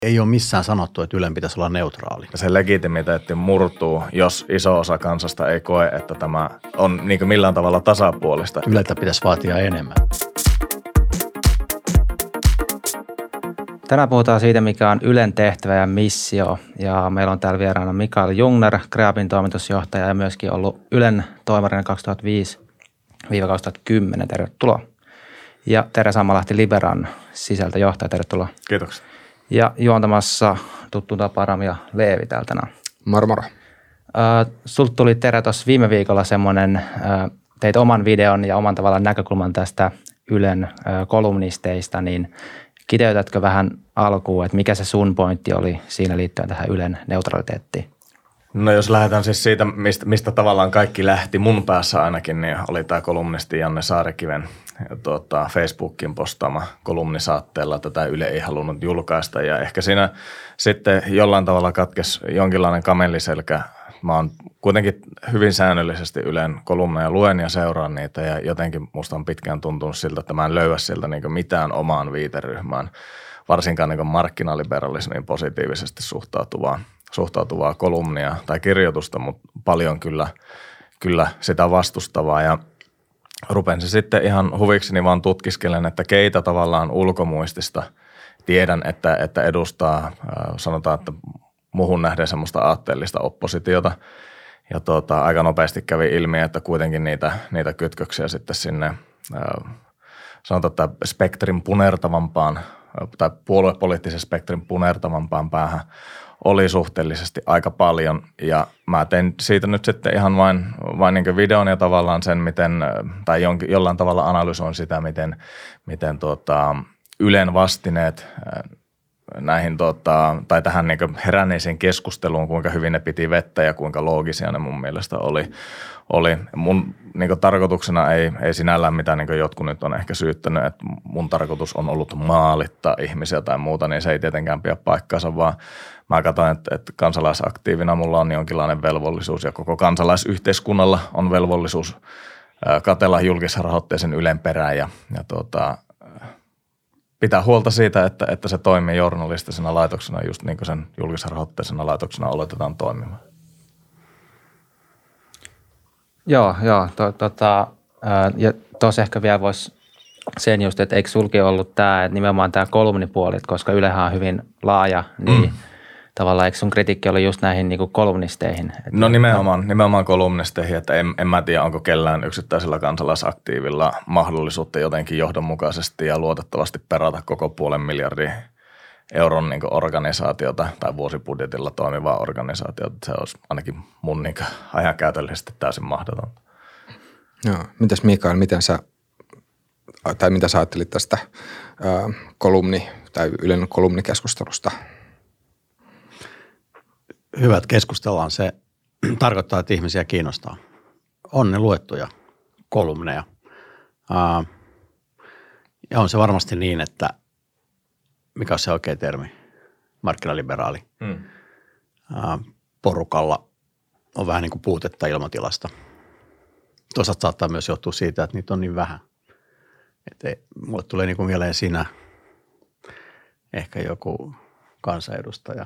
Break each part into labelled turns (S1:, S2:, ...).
S1: Ei ole missään sanottu, että Ylen pitäisi olla neutraali.
S2: Se legitimiteetti murtuu, jos iso osa kansasta ei koe, että tämä on niin millään tavalla tasapuolista.
S1: Yleltä pitäisi vaatia enemmän.
S3: Tänään puhutaan siitä, mikä on Ylen tehtävä ja missio. Ja meillä on täällä vieraana Mikael Jungner, Kreabin toimitusjohtaja ja myöskin ollut Ylen toimarina 2005-2010. Tervetuloa. Ja Tere Sammalahti Liberan sisältöjohtaja. Tervetuloa.
S2: Kiitoksia.
S3: Ja juontamassa tuttu tapa Ramia Leevi täältä tänään.
S4: Moro moro.
S3: Sulta tuli Tere tuossa viime viikolla semmoinen, teit oman videon ja oman tavallaan näkökulman tästä Ylen kolumnisteista, niin kiteytätkö vähän alkuun, että mikä se sun pointti oli siinä liittyen tähän Ylen neutraliteettiin? No
S2: jos lähdetään siis siitä, mistä tavallaan kaikki lähti mun päässä ainakin, niin oli tämä kolumnisti Janne Saarikiven Facebookin postaama kolumni saatteella. Tätä Yle ei halunnut julkaista ja ehkä siinä sitten jollain tavalla katkesi jonkinlainen kamelliselkä. Mä oon kuitenkin hyvin säännöllisesti Ylen kolumneja luen ja seuraan niitä ja jotenkin musta on pitkään tuntunut siltä, että mä en löyä siltä niin mitään omaan viiteryhmään, varsinkaan niin markkinaliberalismiin positiivisesti suhtautuvaa kolumnia tai kirjoitusta, mutta paljon kyllä sitä vastustavaa ja rupesin sitten ihan huvikseni vaan tutkiskelen, että keitä tavallaan ulkomuistista tiedän, että edustaa, sanotaan, että muhun nähden semmoista aatteellista oppositiota. Ja aika nopeasti kävi ilmi, että kuitenkin niitä kytköksiä sitten sinne, sanotaan, että spektrin punertavampaan tai puoluepoliittisen spektrin punertavampaan päähän oli suhteellisesti aika paljon. Ja mä tein siitä nyt sitten ihan vain niin videon ja tavallaan sen, miten, tai jollain tavalla analysoin sitä, miten Ylen vastineet näihin tai tähän niin heränneeseen keskusteluun, kuinka hyvin ne piti vettä ja kuinka loogisia ne mun mielestä oli. Mun niin tarkoituksena ei sinällään mitään niin jotkut nyt on ehkä syyttänyt, että mun tarkoitus on ollut maalittaa ihmisiä tai muuta, niin se ei tietenkään pidä paikkaansa, vaan mä katsoin, että kansalaisaktiivina mulla on jonkinlainen velvollisuus ja koko kansalaisyhteiskunnalla on velvollisuus katsella julkisrahoitteisen Ylen perään ja pitää huolta siitä, että se toimii journalistisena laitoksena just niin kuin sen julkisrahoitteisena laitoksena oletetaan toimimaan.
S3: Joo. Ja tuossa ehkä vielä voisi sen just, että eikö sulki ollut tämä, että nimenomaan tämä kolumnipuoli, koska Ylehän on hyvin laaja, niin tavallaan eikö sun kritiikki oli just näihin niin kuin kolumnisteihin?
S2: No nimenomaan kolumnisteihin, että en mä tiedä, onko kellään yksittäisellä kansalaisaktiivilla mahdollisuutta jotenkin johdonmukaisesti ja luotettavasti perata koko 500 miljardin euron niin kuin organisaatiota tai vuosibudjetilla toimivaa organisaatiota. Se olisi ainakin mun niin kuin ajankäytöllisesti täysin mahdotonta.
S4: Joo. Mitäs Mikael, mitä sä ajattelit tästä tai Ylen kolumnikeskustelusta?
S1: Hyvät keskustellaan, se tarkoittaa, että ihmisiä kiinnostaa. On ne luettuja kolumneja. Ja on se varmasti niin, että mikä on se oikea termi, markkinaliberaali. Porukalla on vähän niin kuin puutetta ilmatilasta. Toisaalta saattaa myös johtua siitä, että niitä on niin vähän. Että mulle tulee niin kuin mieleen siinä ehkä joku kansanedustaja,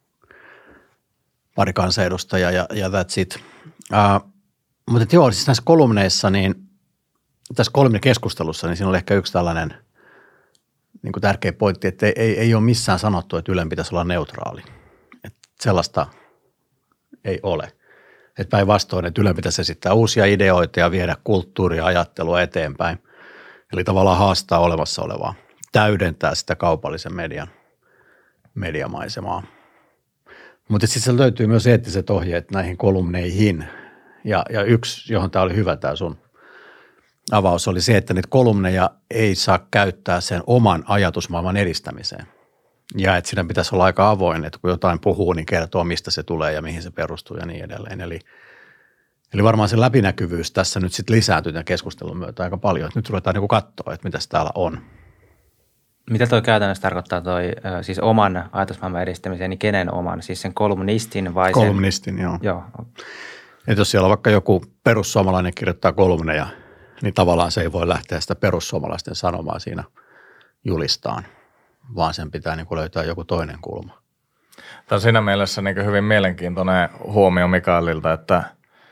S1: pari kansanedustajaa ja that's it. Mutta joo, siis näissä kolumneissa, niin tässä kolumnikeskustelussa, niin siinä oli ehkä yksi tällainen niin kuin tärkeä pointti, että ei ole missään sanottu, että Ylen pitäisi olla neutraali. Että sellaista ei ole. Että päinvastoin, että Ylen pitäisi esittää uusia ideoita ja viedä kulttuuria ja ajattelua eteenpäin. Eli tavallaan haastaa olemassa olevaa, täydentää sitä kaupallisen mediamaisemaa. Mutta sitten löytyy myös eettiset ohjeet näihin kolumneihin. Ja yksi, johon tämä oli hyvä tämä sun avaus, oli se, että niitä kolumneja ei saa käyttää sen oman ajatusmaailman edistämiseen. Ja että siinä pitäisi olla aika avoin, että kun jotain puhuu, niin kertoo, mistä se tulee ja mihin se perustuu ja niin edelleen. Eli varmaan se läpinäkyvyys tässä nyt sitten lisääntyy tämän keskustelun myötä aika paljon. Että nyt ruvetaan niin katsoa, että mitäs täällä on.
S3: Mitä toi käytännössä tarkoittaa siis oman ajatusmaailman edistämiseen, niin kenen oman? Siis sen kolumnistin vai
S1: kolumnistin, joo. Että jos siellä vaikka joku perussuomalainen kirjoittaa kolumneja, niin tavallaan se ei voi lähteä sitä perussuomalaisten sanomaa siinä julistaan. vaan sen pitää niin kuin löytää joku toinen kulma.
S2: Tämä on siinä mielessä niin hyvin mielenkiintoinen huomio Mikaelilta, että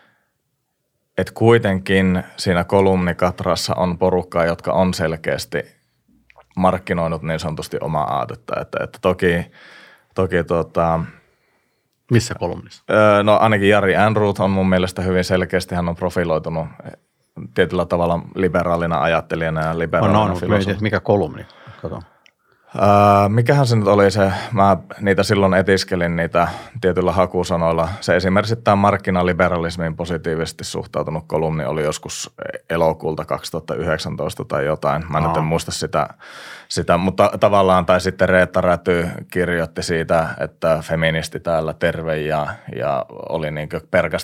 S2: kuitenkin siinä kolumnikatrassa on porukkaa, jotka on selkeästi markkinoinut niin sanotusti omaa aatetta. Että toki
S1: Missä kolumnissa?
S2: No ainakin Jari Ehrnrooth on mun mielestä hyvin selkeästi, hän on profiloitunut tietyllä tavalla liberaalina ajattelijana ja liberaalina filosofina.
S1: Mikä kolumni? Kato.
S2: Mikähän se nyt oli se, mä niitä silloin etiskelin niitä tietyillä hakusanoilla. Se esimerkiksi tämä markkinaliberalismiin positiivisesti suhtautunut kolumni oli joskus elokuulta 2019 tai jotain. Mä nyt en muista sitä, mutta tavallaan tai sitten Reetta Räty kirjoitti siitä, että feministi täällä terve ja oli niin kuin perkäs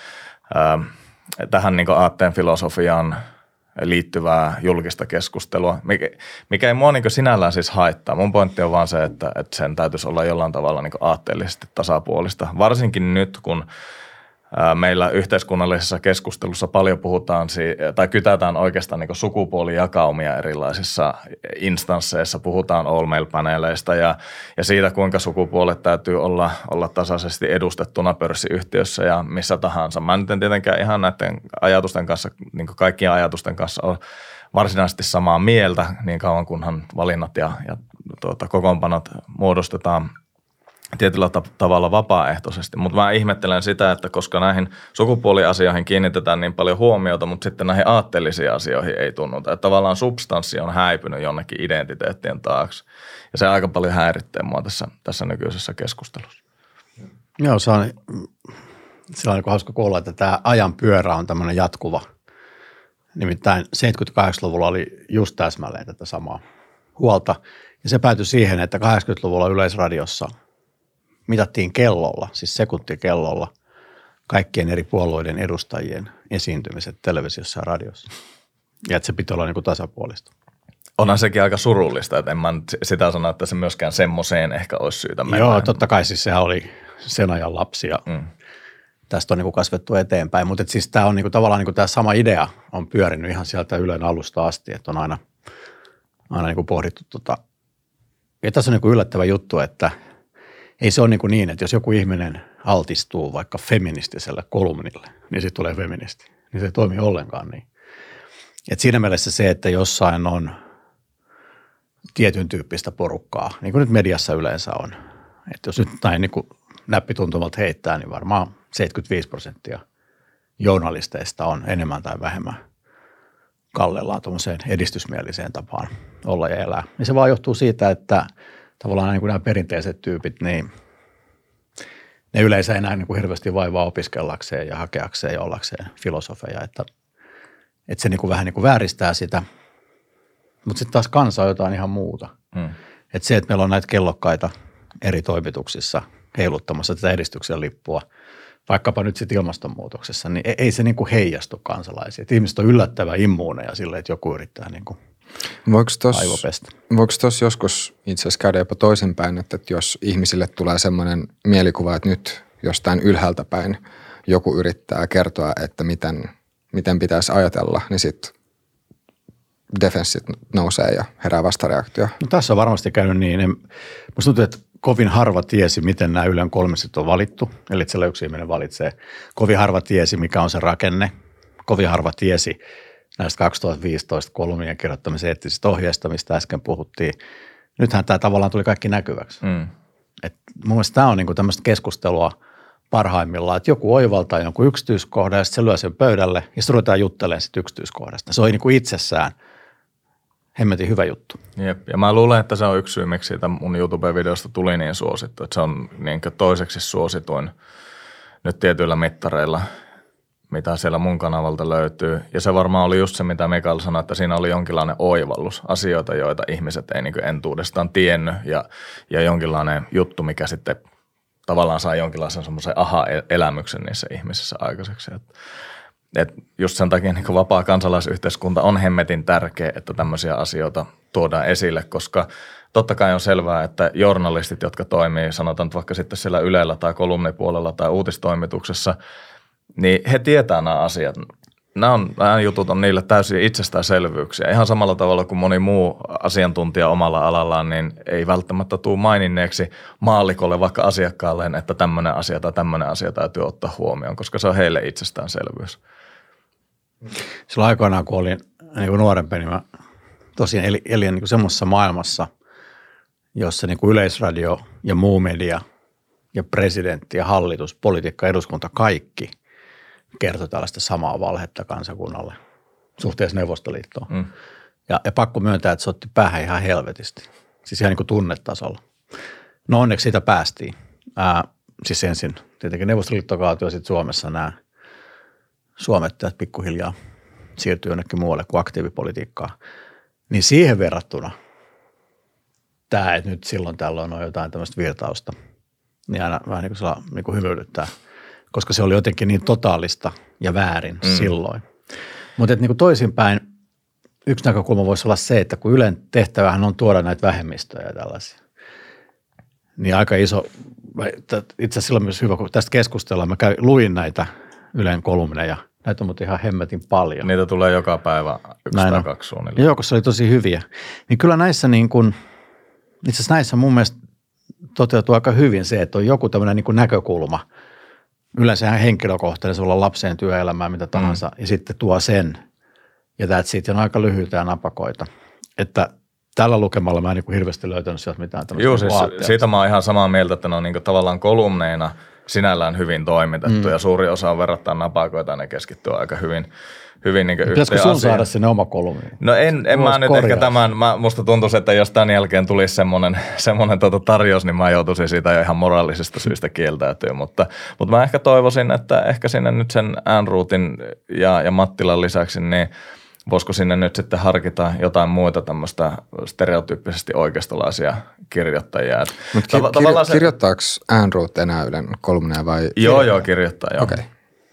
S2: tähän niin kuin aatteen filosofiaan liittyvää julkista keskustelua, mikä ei mua niin kuin sinällään siis haittaa. Mun pointti on vaan se, että sen täytyisi olla jollain tavalla niin kuin aatteellisesti tasapuolista. Varsinkin nyt, kun meillä yhteiskunnallisessa keskustelussa paljon puhutaan tai kytätään oikeastaan niin kuin sukupuolijakaumia erilaisissa instansseissa. Puhutaan all-male-paneeleista ja siitä, kuinka sukupuolet täytyy olla tasaisesti edustettuna pörssiyhtiössä ja missä tahansa. Mä nyt en tietenkään ihan näiden ajatusten kanssa, niin kuin kaikkien ajatusten kanssa ole varsinaisesti samaa mieltä niin kauan, kunhan valinnat ja kokoonpanot muodostetaan tietyllä tavalla vapaaehtoisesti, mutta mä ihmettelen sitä, että koska näihin sukupuoliasioihin kiinnitetään niin paljon huomiota, mutta sitten näihin aatteellisiin asioihin ei tunnuta. Että tavallaan substanssi on häipynyt jonnekin identiteettien taakse ja se aika paljon häiritsee mua tässä nykyisessä keskustelussa.
S1: Joo, se on sellainen hauska kuulla, että tämä ajan pyörä on tämmöinen jatkuva. Nimittäin 78-luvulla oli just täsmälleen tätä samaa huolta ja se päätyi siihen, että 80-luvulla Yleisradiossa mitattiin kellolla, siis sekuntikellolla, kaikkien eri puolueiden edustajien esiintymiset televisiossa ja radiossa. Ja että se pitää olla niin kuin tasapuolista.
S2: Onhan sekin aika surullista, että en mä sitä sano, että se myöskään semmoiseen ehkä olisi syytä mennä.
S1: Joo, totta kai siis sehän oli sen ajan lapsi ja tästä on niin kuin kasvettu eteenpäin. Mutta siis tämä on niin kuin tavallaan niin kuin tämä sama idea on pyörinyt ihan sieltä Ylen alusta asti, että on aina niin kuin pohdittu Ja tässä on niin kuin yllättävä juttu, että ei se ole niin, että jos joku ihminen altistuu vaikka feministiselle kolumnille, niin sitten tulee feministi. Niin se ei toimi ollenkaan niin. Et siinä mielessä se, että jossain on tietyn tyyppistä porukkaa, niin kuin nyt mediassa yleensä on. Että jos nyt näin niin kuin näppituntumalta heittää, niin varmaan 75% journalisteista on enemmän tai vähemmän kallellaan tuollaiseen edistysmieliseen tapaan olla ja elää. Ja se vaan johtuu siitä, että tavallaan niin kuin nämä perinteiset tyypit, niin ne yleensä ei näe niin kuin hirveästi vaivaa opiskellakseen ja hakeakseen ja ollakseen filosofeja, että se niin kuin vähän niin kuin vääristää sitä, mutta sitten taas kansa on jotain ihan muuta. Että se, että meillä on näitä kellokkaita eri toimituksissa heiluttamassa tätä edistyksen lippua, vaikkapa nyt sitten ilmastonmuutoksessa, niin ei se niin kuin heijastu kansalaisiin. Että ihmiset on yllättävän immuuneja silleen, että joku yrittää niin kuin aivopestä.
S4: Voiko tuossa joskus itse asiassa käydä jopa toisinpäin, että jos ihmisille tulee semmoinen mielikuva, että nyt jostain ylhäältä päin joku yrittää kertoa, että miten pitäisi ajatella, niin sitten defenssit nousee ja herää vastareaktio.
S1: No, tässä on varmasti käynyt niin. Musta tuntuu, että kovin harva tiesi, miten nämä Ylen kolmiset on valittu, eli että siellä yksi ihminen valitsee. Kovin harva tiesi, mikä on se rakenne. Kovin harva tiesi näistä 2015 kolumnien kirjoittamisen eettisistä ohjeista, mistä äsken puhuttiin. Nythän tämä tavallaan tuli kaikki näkyväksi. Et mun mielestä tämä on niinku tämmöistä keskustelua parhaimmillaan, että joku oivaltaa jonkun yksityiskohdan ja sitten se lyö sen pöydälle ja sitten ruvetaan juttelemaan sit yksityiskohdasta. Se on niinku itsessään hemmetin hyvä juttu.
S2: Jep, ja mä luulen, että se on yksi syy, miksi siitä mun YouTube-videosta tuli niin suosittu. Että se on niin toiseksi suosituin nyt tietyillä mittareilla, mitä siellä mun kanavalta löytyy. Ja se varmaan oli just se, mitä Mikael sanoi, että siinä oli jonkinlainen oivallus, asioita, joita ihmiset ei niin entuudestaan tiennyt ja jonkinlainen juttu, mikä sitten tavallaan saa jonkinlaisen semmoisen aha-elämyksen niissä ihmisissä aikaiseksi. Et just sen takia niin vapaa kansalaisyhteiskunta on hemmetin tärkeä, että tämmöisiä asioita tuodaan esille, koska totta kai on selvää, että journalistit, jotka toimii, sanotaan vaikka sitten siellä Ylellä tai kolumnipuolella tai uutistoimituksessa, niin he tietää nämä asiat nämä jutut on niille täysin itsestäänselvyyksiä. Ihan samalla tavalla kuin moni muu asiantuntija omalla alallaan, niin ei välttämättä tule maininneeksi maallikolle vaikka asiakkaalleen, että tämmöinen asia täytyy ottaa huomioon, koska se on heille itsestäänselvyys.
S1: Silloin aikoinaan, kun olin niin nuorempi, niin mä tosiaan elin niin semmoisessa maailmassa, jossa niin yleisradio ja muu media ja presidentti ja hallitus, politiikka, eduskunta, kaikki kertoi tällaista samaa valhetta kansakunnalle suhteessa Neuvostoliittoon. Ja pakko myöntää, että se otti päähän ihan helvetisti, siis ihan niin kuin tunnetasolla. No onneksi siitä päästiin. Siis ensin tietenkin Neuvostoliitto kaatui ja sitten Suomessa nämä suomettajat pikkuhiljaa siirtyi jonnekin muualle kuin aktiivipolitiikkaan. Niin siihen verrattuna tämä, että nyt silloin tällöin on jotain tämmöistä virtausta, niin aina vähän niin kuin hymyilyttää, koska se oli jotenkin niin totaalista ja väärin silloin. Mutta niin kuin toisinpäin yksi näkökulma voisi olla se, että kun Ylen tehtävähän on tuoda näitä vähemmistöjä ja tällaisia, niin aika iso, itse asiassa silloin myös hyvä, kun tästä keskustellaan, mä luin näitä Ylen kolumneja, näitä on muuten ihan hemmetin paljon.
S2: Niitä tulee joka päivä 1 tai 2 suunnilleen.
S1: Joo, koska oli tosi hyviä. Niin kyllä näissä niin kuin, itse asiassa näissä mun mielestä toteutuu aika hyvin se, että on joku tämmöinen niin kuin näkökulma. Yleensä ihan henkilökohtainen, se voi olla lapseen, työelämään, mitä tahansa, ja sitten tuo sen. Ja siitä on aika lyhyitä ja napakoita. Että tällä lukemalla mä en niin kuin hirveästi löytänyt sieltä mitään tämmöistä.
S2: Joo, siis siitä mä oon ihan samaa mieltä, että ne on niin kuin tavallaan kolumneina sinällään hyvin toimitettu ja suuri osa on verrattain napakoita, ne keskittyy aika hyvin niin kuin
S1: pitäisikö sun saada sinne oma kolumni?
S2: No en mä nyt ehkä tämän, musta tuntuisi, että jos tämän jälkeen tulisi semmoinen tarjous, niin mä joutuisin siitä jo ihan moraalisesta syystä kieltäytyä, mutta mä ehkä toivoisin, että ehkä sinne nyt sen Ehrnroothin ja Mattilan lisäksi, niin voisiko sinne nyt sitten harkita jotain muita tämmöistä stereotyyppisesti oikeistolaisia kirjoittajia.
S4: Kirjoittaako Ehrnrooth enää Ylen kolumneja vai?
S2: Joo, kirjoittaa. Joo.
S4: Okei.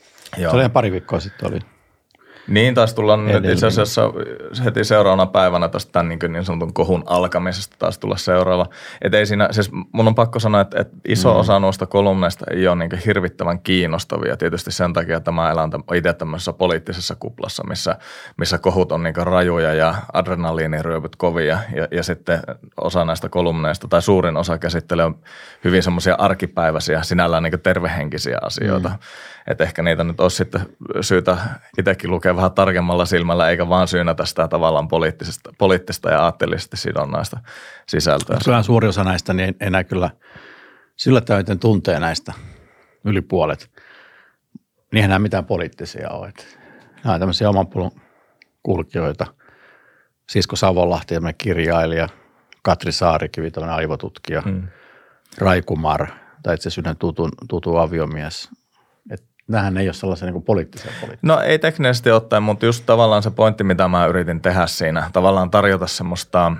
S1: Se oli ihan pari viikkoa sitten oli.
S2: Niin, taisi tulla nyt itse asiassa heti seuraavana päivänä tästä tämän niin sanotun kohun alkamisesta taas tulla seuraava. Et ei siinä, siis mun on pakko sanoa, että iso osa noista kolumneista ei ole niin hirvittävän kiinnostavia. Tietysti sen takia, että mä elän itse tämmöisessä poliittisessa kuplassa, missä kohut on niin rajuja ja adrenaliiniryöpyt kovia. Ja sitten osa näistä kolumneista tai suurin osa käsittelee hyvin semmoisia arkipäiväisiä, sinällään niin tervehenkisiä asioita. Että ehkä niitä nyt olisi sitten syytä itsekin lukea vähän tarkemmalla silmällä, eikä vaan syynätä sitä tavallaan poliittista ja aatteellisesti sidonnaista sisältöä.
S1: Kyllä suuri osa näistä niin enää kyllä sillä täyteen tuntee näistä yli puolet. Niinhän nämä mitään poliittisia ole. Nämä on tämmöisiä oman polun kulkijoita. Sisko Savonlahti, kirjailija, Katri Saarikivi, tämmöinen aivotutkija, Rai Kumar, tai itse asiassa tutu aviomies. Nämähän ei ole sellaisia niin poliittisia.
S2: No ei teknisesti ottaen, mutta just tavallaan se pointti, mitä mä yritin tehdä siinä, tavallaan tarjota semmoista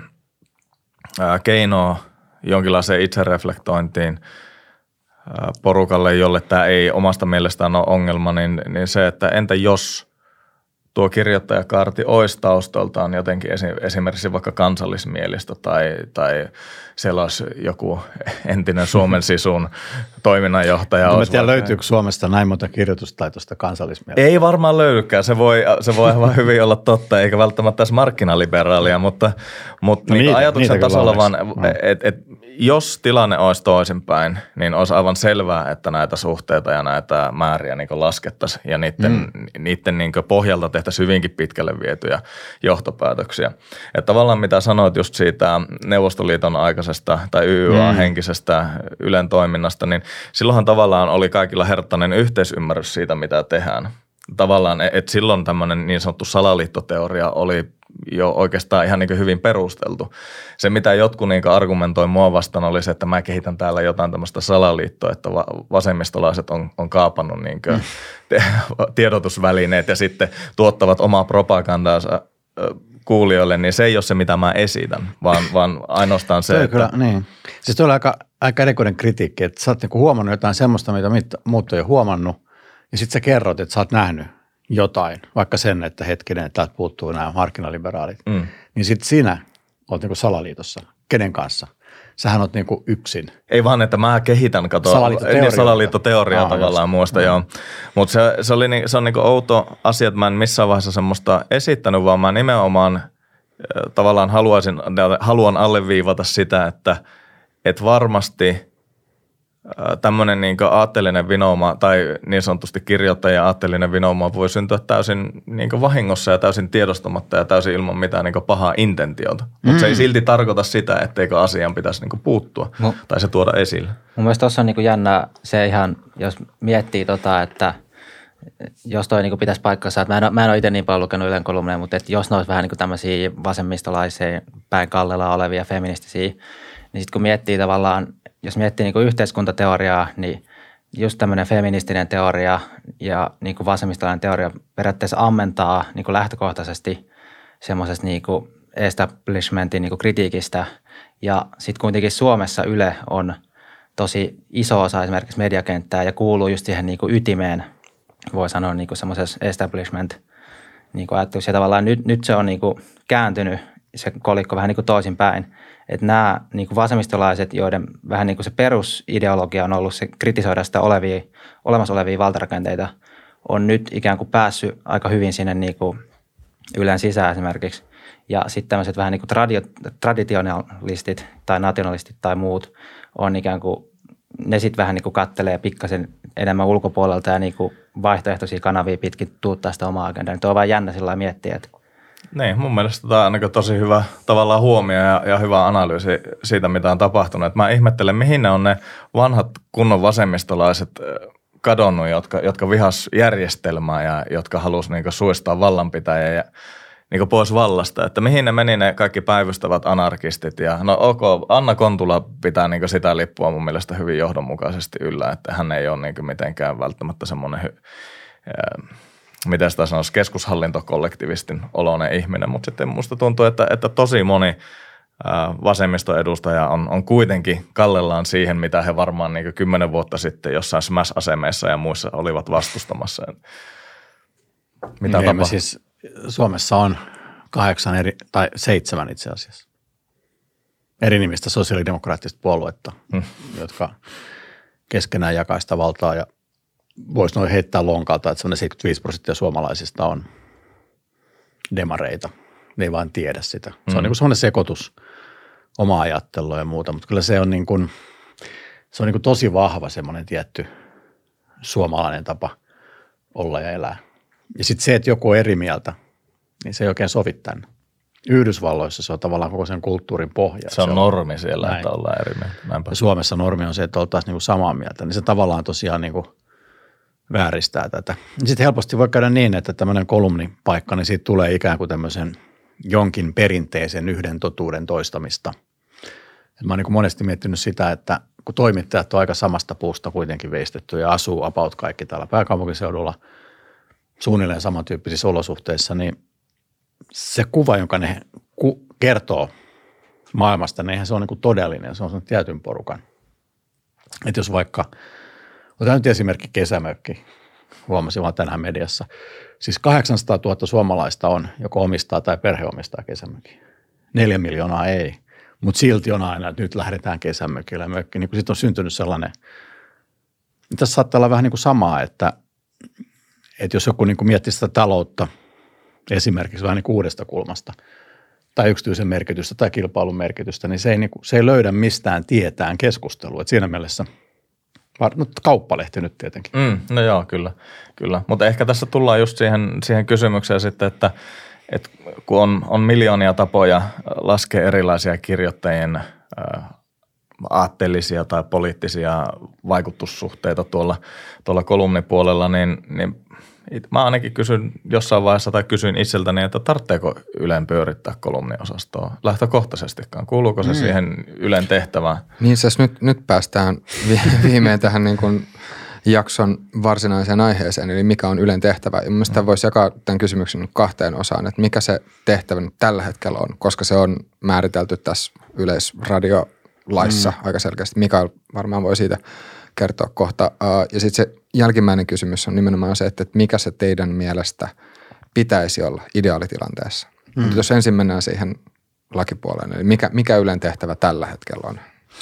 S2: keinoa jonkinlaiseen itsereflektointiin porukalle, jolle tämä ei omasta mielestään ole ongelma, niin se, että entä jos tuo kirjoittajakaarti olisi taustaltaan jotenkin esimerkiksi vaikka kansallismielistä tai siellä olisi joku entinen Suomen Sisun toiminnanjohtaja.
S1: En tiedä, löytyykö Suomesta näin monta kirjoitustaitoista kansallismielistä?
S2: Ei varmaan löydykään. Se voi aivan hyvin olla totta, eikä välttämättä edes markkinaliberaalia, mutta niin ajatuksen tasolla vaan, että jos tilanne olisi toisinpäin, niin olisi aivan selvää, että näitä suhteita ja näitä määriä niin laskettaisiin ja niiden niin pohjalta tehtäisiin hyvinkin pitkälle vietyjä johtopäätöksiä. Että tavallaan mitä sanoit just siitä Neuvostoliiton aikaisesta tai YYA-henkisestä Ylen toiminnasta, niin silloinhan tavallaan oli kaikilla herttainen yhteisymmärrys siitä, mitä tehdään. Tavallaan, että silloin tämmöinen niin sanottu salaliittoteoria oli jo oikeastaan ihan niin hyvin perusteltu. Se, mitä jotkut niin argumentoi mua vastaan, oli se, että mä kehitän täällä jotain tämmöistä salaliittoa, että vasemmistolaiset on kaapannut niin tiedotusvälineet ja sitten tuottavat omaa propagandaansa kuulijoille, niin se ei ole se, mitä mä esitän, vaan ainoastaan se, että...
S1: Kyllä, niin. Siis tuo oli aika erikoinen kritiikki, että sä oot niinku huomannut jotain semmoista, mitä muut ei ole huomannut, ja sitten sä kerrot, että sä oot nähnyt jotain, vaikka sen, että hetkinen, että täältä puuttuu nämä markkinaliberaalit, niin sitten sinä olet niinku salaliitossa. Kenen kanssa? sähän oot niinku yksin.
S2: Ei vaan, että mä kehitän, salaliittoteoriaa tavallaan muista, joo. Mutta se on niinku outo asia, että mä en missään vaiheessa semmoista esittänyt, vaan mä nimenomaan tavallaan haluan alleviivata sitä, että varmasti tämmöinen niin aatteellinen vinouma tai niin sanotusti kirjoittajan aatteellinen vinouma voi syntyä täysin niin vahingossa ja täysin tiedostamatta ja täysin ilman mitään niin pahaa intentiota. Mutta se ei silti tarkoita sitä, etteikö asian pitäisi niin puuttua tai se tuoda esille.
S3: Mun mielestä tuossa on niin jännä se ihan, jos miettii että jos toi niin pitäisi paikkansa, että mä en ole itse niin paljon lukenut Ylen kolumneja, mutta että jos ne olisi vähän niin tämmöisiä vasemmistolaisia päin kallella olevia feministisiä, niin sitten kun miettii tavallaan, jos miettii niin yhteiskuntateoriaa, niin just tämmöinen feministinen teoria ja niin vasemmistolainen teoria periaatteessa ammentaa niin lähtökohtaisesti semmoisesta niin establishmentin niin kritiikistä. Ja sitten kuitenkin Suomessa Yle on tosi iso osa esimerkiksi mediakenttää ja kuuluu just siihen niin ytimeen, voi sanoa niin semmoisessa establishment ajattelussa. Ja tavallaan nyt se on niin kääntynyt se kolikko vähän niin toisinpäin. Että nämä niin vasemmistolaiset, joiden vähän niin se perusideologia on ollut se kritisoida sitä olemassa olevia valtarakenteita, on nyt ikään kuin päässyt aika hyvin sinne niin Ylen sisään esimerkiksi. Ja sitten tämmöiset vähän niin kuin traditionalistit tai nationalistit tai muut on ikään kuin, ne sitten vähän niin kuin kattelee pikkasen enemmän ulkopuolelta ja niin kuin vaihtoehtoisia kanavia pitkin tuuttaa sitä omaa agendaa. Tuo on vaan jännä sillä miettiä, että
S2: niin, mun mielestä tämä on niin tosi hyvä tavallaan huomio ja hyvä analyysi siitä, mitä on tapahtunut. Et mä ihmettelen, mihin ne on ne vanhat kunnon vasemmistolaiset kadonnut, jotka vihas järjestelmää ja jotka halusi niin suistaa vallanpitäjä ja niin pois vallasta. Että mihin ne meni ne kaikki päivystävät anarkistit. Ja no ok, Anna Kontula pitää niin sitä lippua mun mielestä hyvin johdonmukaisesti yllä, että hän ei ole niin mitenkään välttämättä semmoinen miten sitä sanoisi, keskushallintokollektivistin oloinen ihminen, mutta sitten musta tuntuu, että tosi moni vasemmistoedustaja on kuitenkin kallellaan siihen, mitä he varmaan niin 10 vuotta sitten jossain Smash-asemeissa ja muissa olivat vastustamassa. Mitä tapahtuu?
S1: Siis Suomessa on 7 itse asiassa eri nimistä sosiaalidemokraattista puoluetta, jotka keskenään jakaa sitä valtaa ja voisi noin heittää lonkalta, että semmoinen 75% suomalaisista on demareita. Ne ei vaan tiedä sitä. Se on niin kuin semmoinen sekoitus omaa ajattelua ja muuta, mutta kyllä se on niin kuin tosi vahva semmoinen tietty suomalainen tapa olla ja elää. Ja sitten se, että joku on eri mieltä, niin se ei oikein sovi tänne. Yhdysvalloissa se on tavallaan koko sen kulttuurin pohja.
S2: Se on normi siellä, näin, että ollaan eri mieltä.
S1: Suomessa normi on se, että oltaisiin niin kuin samaa mieltä, niin se tavallaan tosiaan niin kuin vääristää tätä. Sitten helposti voi käydä niin, että tämmöinen kolumnipaikka, niin siitä tulee ikään kuin tämmöisen jonkin perinteisen yhden totuuden toistamista. Et mä oon niin monesti miettinyt sitä, että kun toimittajat on aika samasta puusta kuitenkin veistetty ja asuu about kaikki täällä pääkaupunkiseudulla suunnilleen samantyyppisissä olosuhteissa, niin se kuva, jonka ne kertoo maailmasta, niin eihän se on niin kuin todellinen, se on sen tietyn porukan. Että jos vaikka otetaan nyt esimerkki kesämökki, huomasin vaan tänään mediassa. Siis 800 000 suomalaista on, joko omistaa tai perhe omistaa kesämökin. 4 miljoonaa ei, mutta silti on aina, että nyt lähdetään kesämökille ja mökkiin. Niin sitten on syntynyt sellainen, tässä saattaa olla vähän niin kuin samaa, että jos joku niin kuin miettii sitä taloutta esimerkiksi vähän niin kuin uudesta kulmasta tai yksityisen merkitystä tai kilpailun merkitystä, niin se ei löydä mistään tietään keskustelua. Että siinä mielessä no, Kauppalehti nyt tietenkin.
S2: No joo, kyllä. Mutta ehkä tässä tullaan just siihen kysymykseen sitten, että kun on miljoonia tapoja laskea erilaisia kirjoittajien aatteellisia tai poliittisia vaikutussuhteita tuolla kolumnipuolella, niin mä ainakin jossain vaiheessa kysyin itseltäni, että tarvitseeko Ylen pyörittää kolumniosastoa lähtökohtaisestikaan? Kuuluuko se siihen Ylen tehtävään?
S4: Niin siis nyt päästään viimein tähän niin kuin jakson varsinaiseen aiheeseen, eli mikä on Ylen tehtävä. Ja mielestäni voisi jakaa tämän kysymyksen 2 osaan, että mikä se tehtävä nyt tällä hetkellä on, koska se on määritelty tässä yleisradiolaissa aika selkeästi. Mikael varmaan voi siitä kertoa kohta. Ja sitten se jälkimmäinen kysymys on nimenomaan se, että mikä se teidän mielestä pitäisi olla ideaalitilanteessa. Mutta jos ensin mennään siihen lakipuoleen, eli mikä Ylen tehtävä tällä hetkellä on?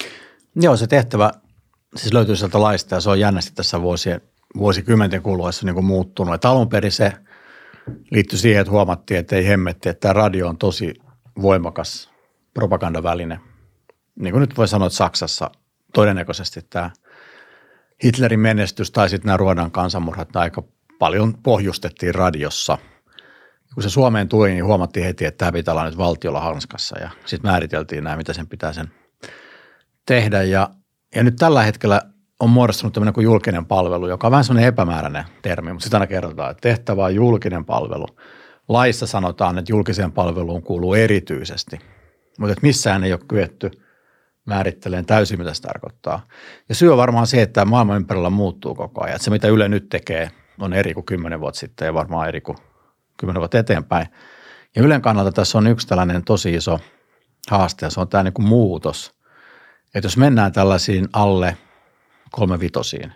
S1: Joo, se tehtävä siis löytyy sieltä laista ja se on jännästi tässä vuosikymmenten kuluessa niin kuin muuttunut. Että alun perin se liittyi siihen, että huomattiin, että ei hemmetti, että tämä radio on tosi voimakas propagandaväline. Niin kuin nyt voi sanoa, että Saksassa todennäköisesti tämä Hitlerin menestys tai sitten nämä Ruandan kansanmurhat aika paljon pohjustettiin radiossa. Kun se Suomeen tuli, niin huomattiin heti, että tämä pitää olla nyt valtiolla hanskassa ja sitten määriteltiin nämä, mitä sen pitää sen tehdä. Ja nyt tällä hetkellä on muodostunut tämmöinen kuin julkinen palvelu, joka on vähän semmoinen epämääräinen termi, mutta sitä aina kerrotaan, että tehtävä on julkinen palvelu. Laissa sanotaan, että julkiseen palveluun kuuluu erityisesti, mutta että missään ei ole kyetty määrittelemään täysin, mitä se tarkoittaa. Ja syy on varmaan se, että maailman ympärillä muuttuu koko ajan. Että se, mitä Yle nyt tekee, on eri kuin 10 vuotta sitten ja varmaan eri kuin 10 vuotta eteenpäin. Ja Ylen kannalta tässä on yksi tällainen tosi iso haaste ja se on tämä niin kuin muutos. Että jos mennään tällaisiin alle 3/5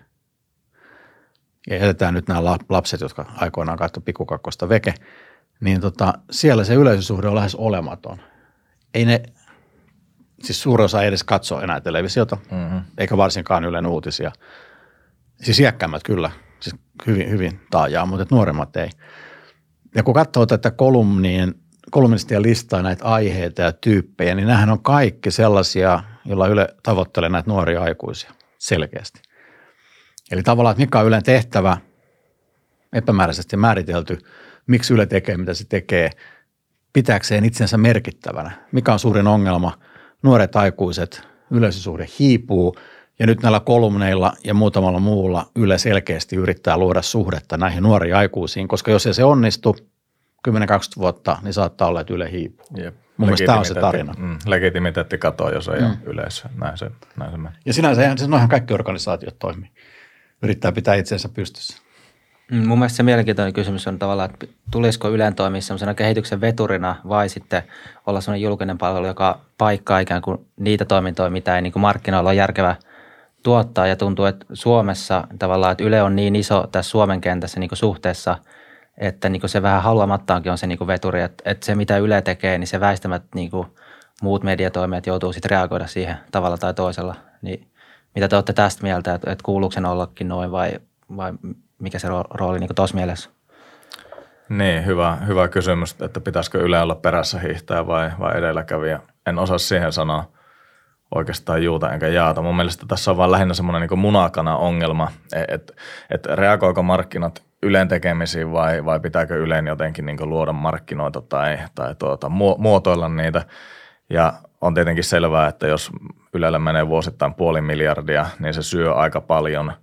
S1: ja jätetään nyt nämä lapset, jotka aikoinaan katsoivat Pikku Kakkosta Veke, niin siellä se yleisösuhde on lähes olematon. Ei ne, siis suurin osa ei edes katso enää televisiota, eikä varsinkaan Ylen uutisia. Siis iäkkäämmät kyllä, siis hyvin taajaa, mutta nuoremmat ei. Ja kun katsoo tätä kolumnistien listaa näitä aiheita ja tyyppejä, niin nämähän on kaikki sellaisia, joilla Yle tavoittelee näitä nuoria aikuisia selkeästi. Eli tavallaan, että mikä on Ylen tehtävä, epämääräisesti määritelty, miksi Yle tekee, mitä se tekee, pitääkseen itsensä merkittävänä. Mikä on suurin ongelma? Nuoret aikuiset, yleisösuhde hiipuu ja nyt näillä kolumneilla ja muutamalla muulla Yle selkeästi yrittää luoda suhdetta näihin nuoriin aikuisiin, koska jos ei se onnistu 10-20 vuotta, niin saattaa olla, että Yle hiipuu.
S2: Jep.
S1: Mun mielestä tämä on se tarina.
S2: Legitimiteetti katoaa, jos ei ole yleisö. Näin se menee.
S1: Ja sinänsä noihan kaikki organisaatiot toimii. Yrittää pitää itsensä pystyssä.
S3: Mun mielestä se mielenkiintoinen kysymys on tavallaan, että tulisiko Ylen toimia sellaisena kehityksen veturina vai sitten olla sellainen julkinen palvelu, joka paikkaa ikään kuin niitä toimintoja, mitä ei niin kuin markkinoilla ole järkevä tuottaa. Ja tuntuu, että Suomessa tavallaan, että Yle on niin iso tässä Suomen kentässä niin kuin suhteessa, että niin kuin se vähän haluamattaankin on se niin kuin veturi, että se mitä Yle tekee, niin se väistämättä niin kuin muut mediatoimijat joutuu sitten reagoida siihen tavalla tai toisella. Niin mitä te olette tästä mieltä, että kuuluuko sen ollakin noin vai mikä se rooli niin kuin tuossa mielessä?
S2: Niin, hyvä kysymys, että pitäisikö Yle olla perässä hiihtäjä vai edelläkävijä. En osaa siihen sanoa oikeastaan juuta enkä jaata. Mun mielestä tässä on vaan lähinnä semmoinen niin kuin munakana-ongelma, että reagoiko markkinat Ylen tekemisiin vai pitääkö Ylen jotenkin niin kuin luoda markkinoita tai muotoilla niitä. Ja on tietenkin selvää, että jos Ylelle menee vuosittain 500 miljoonaa, niin se syö aika paljon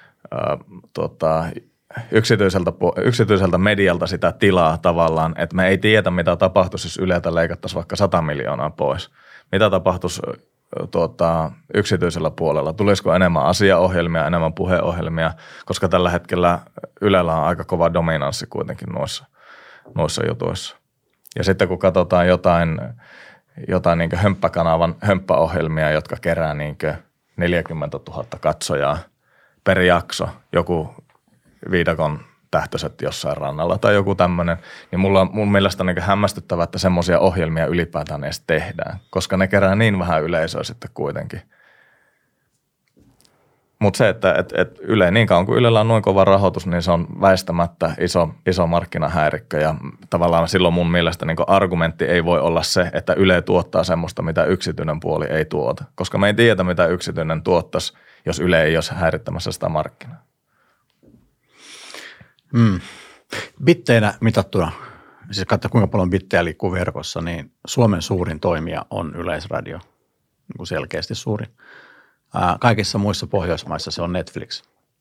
S2: yksityiseltä medialta sitä tilaa tavallaan, että me ei tiedä, mitä tapahtuisi, jos Yleltä leikattaisiin vaikka 100 miljoonaa pois. Mitä tapahtuisi yksityisellä puolella? Tulisiko enemmän asiaohjelmia, enemmän puheohjelmia, koska tällä hetkellä Ylellä on aika kova dominanssi kuitenkin noissa jutuissa. Ja sitten kun katsotaan jotain niin kuin hömppäkanavan hömppäohjelmia, jotka kerää niin kuin 40 000 katsojaa per jakso, joku viidakon tähtöiset jossain rannalla tai joku tämmöinen, niin mun mielestä on niin kuin hämmästyttävää, että semmoisia ohjelmia ylipäätään edes tehdään, koska ne kerää niin vähän yleisöä sitten kuitenkin. Mutta se, että Yle, niin kauan kuin Ylellä on noin kova rahoitus, niin se on väistämättä iso markkinahäirikkö ja tavallaan silloin mun mielestä niin kuin argumentti ei voi olla se, että Yle tuottaa semmoista, mitä yksityinen puoli ei tuota, koska me ei tiedä, mitä yksityinen tuottaisi, jos Yle ei olisi häirittämässä sitä markkinaa.
S1: Bitteinä mitattuna, siis katsotaan kuinka paljon bittejä liikkuu verkossa, niin Suomen suurin toimija on Yleisradio, niin kuin selkeästi suurin. Kaikissa muissa Pohjoismaissa se on Netflix.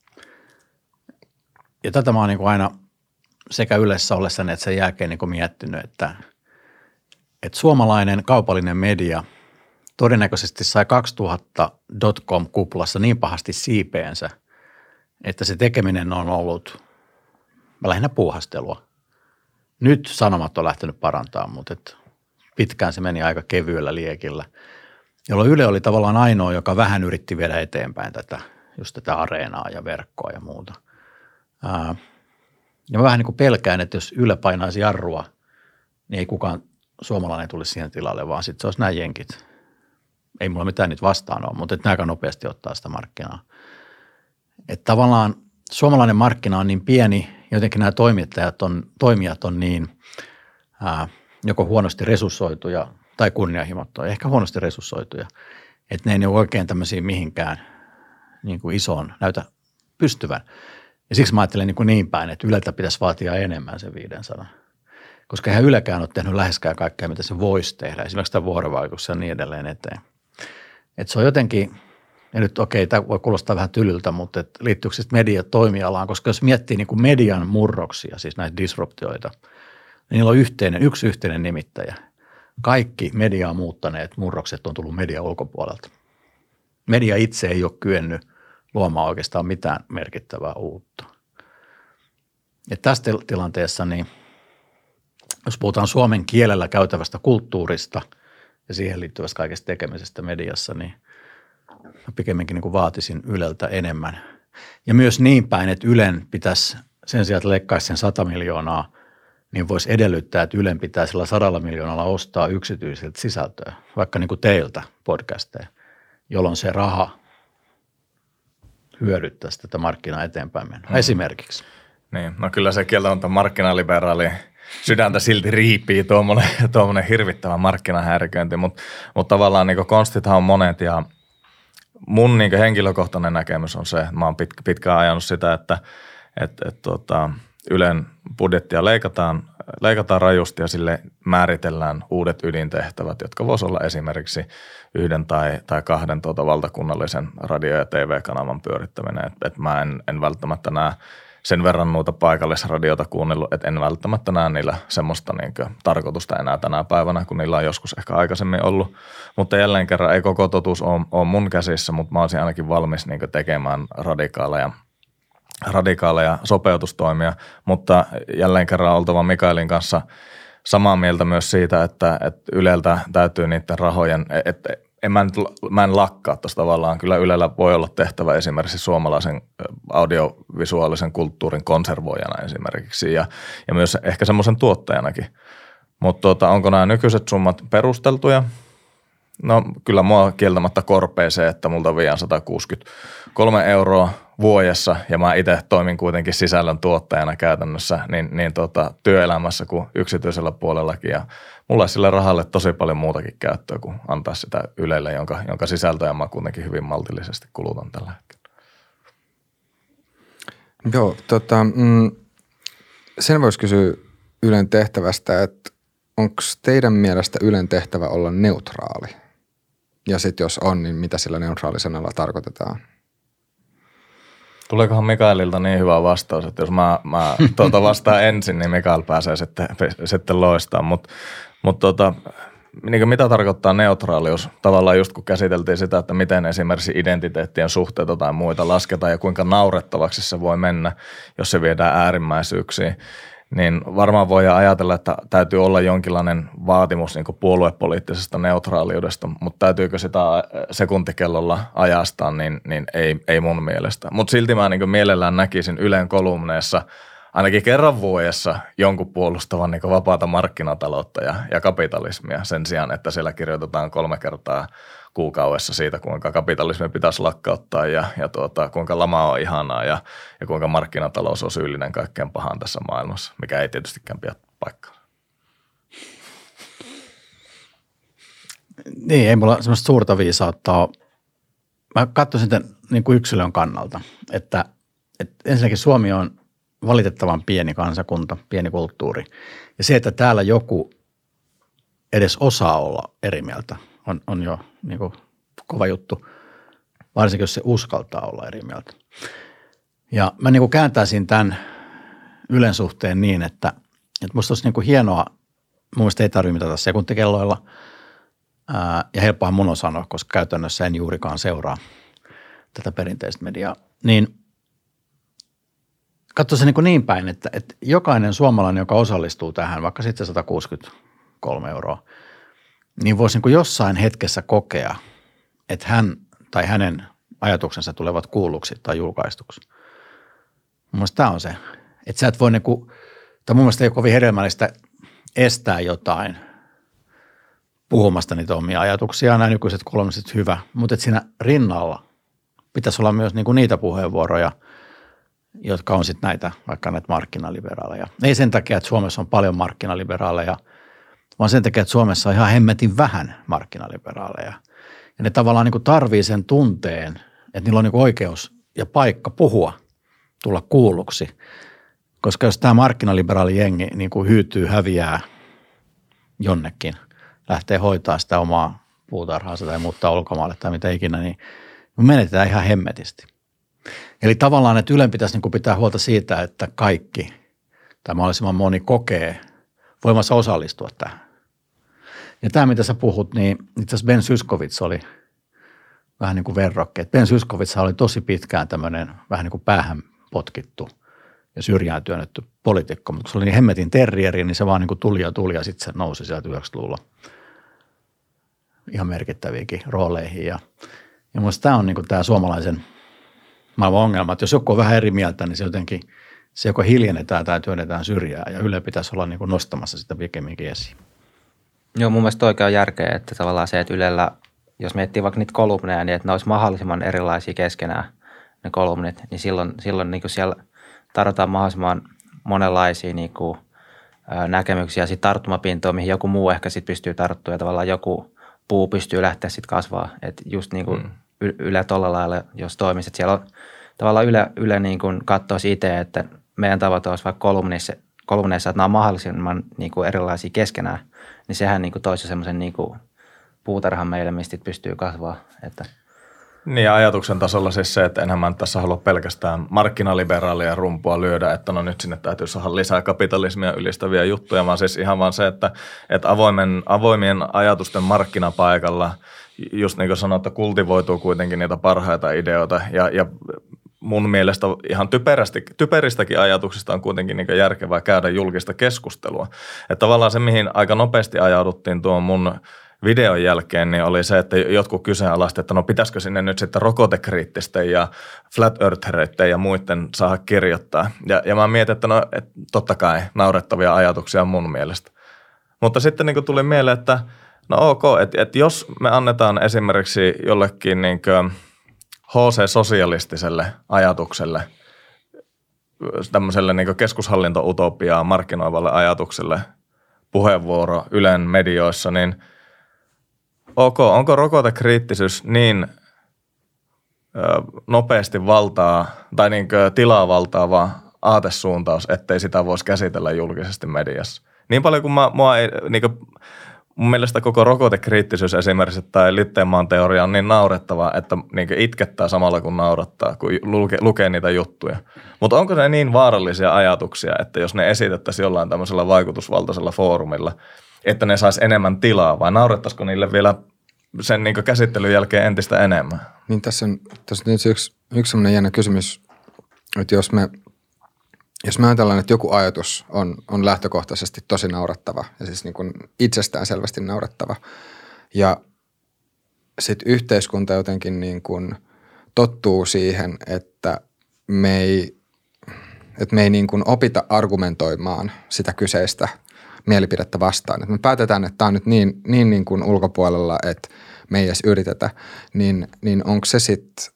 S1: Ja tätä mä oon niin kuin aina sekä Ylessä ollessani että sen jälkeen niin kuin miettinyt, että suomalainen kaupallinen media todennäköisesti sai 2000 .com-kuplassa niin pahasti siipeensä, että se tekeminen on ollut lähinnä puuhastelua. Nyt sanomat on lähtenyt parantamaan, mutta pitkään se meni aika kevyellä liekillä, jolloin Yle oli tavallaan ainoa, joka vähän yritti viedä eteenpäin just tätä areenaa ja verkkoa ja muuta. Ja mä vähän niin kuin pelkään, että jos Yle painaisi jarrua, niin ei kukaan suomalainen tulisi siihen tilalle, vaan sitten se olisi nämä jenkit. Ei mulla mitään niitä vastaan ole, mutta että aika nopeasti ottaa sitä markkinaa. Että tavallaan suomalainen markkina on niin pieni, jotenkin nämä toimijat on niin joko huonosti resurssoituja tai kunnianhimottuja, ehkä huonosti resurssoituja, että ne ei ole oikein tämmöisiä mihinkään niin kuin isoon näytä pystyvän. Ja siksi mä ajattelen niin päin, että Yleltä pitäisi vaatia enemmän se 500. Koska eihän Ylekään ole tehnyt läheskään kaikkea, mitä se voisi tehdä. Esimerkiksi tämä vuorovaikutus ja niin edelleen eteen. Että se on jotenkin, ja nyt tämä voi kuulostaa vähän tylyltä, mutta liittyykö sitten mediatoimialaan, koska jos miettii niin kuin median murroksia, siis näitä disruptioita, niin niillä on yksi yhteinen nimittäjä. Kaikki mediaa muuttaneet murrokset on tullut median ulkopuolelta. Media itse ei ole kyennyt luomaan oikeastaan mitään merkittävää uutta. Ja tässä tilanteessa, niin jos puhutaan suomen kielellä käytävästä kulttuurista ja siihen liittyvästä kaikesta tekemisestä mediassa, niin mä pikemminkin niin kuin vaatisin Yleltä enemmän. Ja myös niin päin, että Ylen pitäisi sen sijaan, että leikkaisi sen 100 miljoonaa, niin voisi edellyttää, että Ylen pitää sillä 100 miljoonalla ostaa yksityisiltä sisältöä, vaikka niin kuin teiltä podcasteja, jolloin se raha hyödyttäisi tätä markkinaa eteenpäin mennä. Esimerkiksi.
S2: Niin, no kyllä se kieltämättä markkinaliberaali sydäntä silti riipii tuommoinen hirvittävä markkinahäiriköinti, mutta tavallaan niin konstithan on monet ja mun niin henkilökohtainen näkemys on se, että mä oon pitkään ajanut sitä, että Ylen budjettia leikataan rajusti ja sille määritellään uudet ydintehtävät, jotka voisi olla esimerkiksi yhden tai kahden valtakunnallisen radio- ja TV-kanavan pyörittäminen. Et mä en välttämättä näe sen verran noita paikallisradiota kuunnellut, että en välttämättä näe niillä semmoista tarkoitusta enää tänä päivänä, kun niillä on joskus ehkä aikaisemmin ollut. Mutta jälleen kerran ei koko totuus ole mun käsissä, mutta mä olisin ainakin valmis tekemään radikaaleja sopeutustoimia, mutta jälleen kerran oltava Mikaelin kanssa samaa mieltä myös siitä, että Yleltä täytyy niiden rahojen, että mä en lakkaa tuosta tavallaan. Kyllä Ylellä voi olla tehtävä esimerkiksi suomalaisen audiovisuaalisen kulttuurin konservoijana esimerkiksi ja myös ehkä semmoisen tuottajanakin. Mutta onko nämä nykyiset summat perusteltuja? No kyllä mua kieltämättä korpee se, että multa viedään 163 euroa vuodessa ja mä itse toimin kuitenkin sisällön tuottajana käytännössä niin työelämässä kuin yksityisellä puolellakin ja mulla olisi sille rahalle tosi paljon muutakin käyttöä kuin antaa sitä Ylelle, jonka sisältöä mä kuitenkin hyvin maltillisesti kulutan tällä hetkellä.
S4: Joo, sen voisi kysyä Ylen tehtävästä, että onko teidän mielestä Ylen tehtävä olla neutraali? Ja sitten jos on, niin mitä sillä neutraalisanalla tarkoitetaan?
S2: Tuleekohan Mikaelilta niin hyvä vastaus, että jos mä vastaan ensin, niin Mikael pääsee sitten loistamaan. Mutta niin mitä tarkoittaa neutraalius? Tavallaan just kun käsiteltiin sitä, että miten esimerkiksi identiteettien suhteita tai muita lasketaan ja kuinka naurettavaksi se voi mennä, jos se viedään äärimmäisyyksiin. Niin varmaan voi ajatella, että täytyy olla jonkinlainen vaatimus niin kuin puoluepoliittisesta neutraaliudesta, mutta täytyykö sitä sekuntikellolla ajastaa, niin ei mun mielestä. Mutta silti mä niin kuin mielellään näkisin Ylen kolumneissa ainakin kerran vuodessa jonkun puolustavan niin kuin vapaata markkinataloutta ja kapitalismia sen sijaan, että siellä kirjoitetaan 3 kertaa kuukaudessa siitä, kuinka kapitalismi pitäisi lakkauttaa ja kuinka lama on ihanaa ja kuinka markkinatalous on syyllinen kaikkeen pahaan tässä maailmassa, mikä ei tietystikään pidä paikkaa.
S1: Niin, ei mulla semmoista suurta viisautta ole. Mä katsoisin tämän niin kuin yksilön kannalta, että ensinnäkin Suomi on valitettavan pieni kansakunta, pieni kulttuuri. Ja se, että täällä joku edes osaa olla eri mieltä, on jo niin kuin kova juttu, varsinkin jos se uskaltaa olla eri mieltä. Ja mä niin kuin kääntäisin tämän Ylen suhteen niin, että musta olisi niin kuin hienoa, mun mielestä ei tarvitse mitata sekuntikelloilla, ja helppohan mun on sanoa, koska käytännössä en juurikaan seuraa tätä perinteistä mediaa, niin katso se niin päin, että jokainen suomalainen, joka osallistuu tähän, vaikka sitten 163 euroa, niin voisi niin jossain hetkessä kokea, että hän tai hänen ajatuksensa tulevat kuulluksi tai julkaistuksi. Mun mielestä tämä on se, että sä et voi tai mun mielestä ei ole kovin hedelmällistä estää jotain puhumasta niitä omia ajatuksia. Nämä nykyiset kolumnistit hyvä, mutta siinä rinnalla pitäisi olla myös niin kuin niitä puheenvuoroja, jotka on sitten näitä, vaikka näitä markkinaliberaaleja. Ei sen takia, että Suomessa on paljon markkinaliberaaleja, vaan sen takia, että Suomessa on ihan hemmetin vähän markkinaliberaaleja. Ja ne tavallaan niin kuin tarvii sen tunteen, että niillä on niin kuin oikeus ja paikka puhua, tulla kuulluksi. Koska jos tämä markkinaliberaali jengi niin kuin hyytyy, häviää jonnekin, lähtee hoitaa sitä omaa puutarhaansa tai muuttaa ulkomaalle tai mitä ikinä, niin me menetetään ihan hemmetisti. Eli tavallaan, että Ylen pitäisi niin kuin pitää huolta siitä, että kaikki tai mahdollisimman moni kokee voimassa osallistua tähän. Ja tämä, mitä sä puhut, niin itse asiassa Ben Zyskowicz oli vähän niin kuin verrokki. Ben Zyskowicz oli tosi pitkään tämmöinen vähän niin kuin päähän potkittu ja syrjään työnnetty poliitikko, mutta kun se oli niin hemmetin terrieri, niin se vaan niin kuin tuli ja sitten se nousi sieltä 90-luvulla ihan merkittäviinkin rooleihin. Ja mielestäni tämä on niin kuin tämä suomalaisen maailman ongelma, että jos joku on vähän eri mieltä, niin se jotenkin, se joko hiljennetään tai työnnetään syrjään ja Yle pitäisi olla niin kuin nostamassa sitä pikemminkin esiin.
S3: Joo, mun mielestä oikein on järkeä, että tavallaan se, että Ylellä, jos miettii vaikka niitä kolumneja, niin että ne olisi mahdollisimman erilaisia keskenään ne kolumnit, niin silloin niin kuin siellä tarvitaan mahdollisimman monenlaisia niin kuin, näkemyksiä ja sitten tarttumapintoa, mihin joku muu ehkä sitten pystyy tarttumaan ja tavallaan joku puu pystyy lähteä sitten kasvaa. Että just niin kuin Yle tolla lailla, jos toimisi, että siellä on tavallaan Yle niin kuin katsoisi itse, että meidän tavoite olisi vaikka kolumneissa, että nämä on mahdollisimman niin kuin erilaisia keskenään, niin sehän niin kuin toisi semmoisen niin kuin puutarhan meille, mistä pystyy kasvaa. Että.
S2: Niin ja ajatuksen tasolla siis se, että enhän mä tässä halua pelkästään markkinaliberaalia rumpua lyödä, että no nyt sinne täytyy saada lisää kapitalismia ylistäviä juttuja, vaan siis ihan vaan se, että avoimien ajatusten markkinapaikalla, just niin kuin sanoin, että kultivoituu kuitenkin niitä parhaita ideoita ja mun mielestä ihan typeristäkin ajatuksista on kuitenkin niin järkevää käydä julkista keskustelua. Että tavallaan se, mihin aika nopeasti ajauduttiin tuon mun videon jälkeen, niin oli se, että jotkut kyseenalaiset, että no pitäisikö sinne nyt sitten rokotekriittisten ja flat earthereiden ja muiden saada kirjoittaa. Ja mä mietin, että no että totta kai naurettavia ajatuksia mun mielestä. Mutta sitten niin tuli mieleen, että no ok, että jos me annetaan esimerkiksi jollekin niin HC-sosialistiselle ajatukselle, tämmöiselle niin keskushallinto-utopiaa markkinoivalle ajatukselle puheenvuoro Ylen medioissa, niin ok, onko rokotekriittisyys niin nopeasti valtaa tai niin tilaa valtaava aatesuuntaus, ettei sitä voisi käsitellä julkisesti mediassa? Niin paljon kuin mun mielestä koko rokotekriittisyys esimerkiksi tai Litteenmaan teoria on niin naurettava, että niin itkettää samalla kun naurattaa, kun lukee niitä juttuja. Mutta onko ne niin vaarallisia ajatuksia, että jos ne esitettäisiin jollain tämmöisellä vaikutusvaltaisella foorumilla, että ne saisi enemmän tilaa, vai naurettaisiko niille vielä sen niin käsittelyn jälkeen entistä enemmän?
S4: Niin tässä on nyt yksi sellainen jännä kysymys, että jos me ajatellaan, että joku ajatus on lähtökohtaisesti tosi naurettava ja siis niin kuin itsestään selvästi naurettava ja sitten yhteiskunta jotenkin niin kuin tottuu siihen, että me ei niin kuin opita argumentoimaan sitä kyseistä mielipidettä vastaan. Että me päätetään, että tämä on nyt niin kuin ulkopuolella, että me ei edes yritetä, niin onko se sitten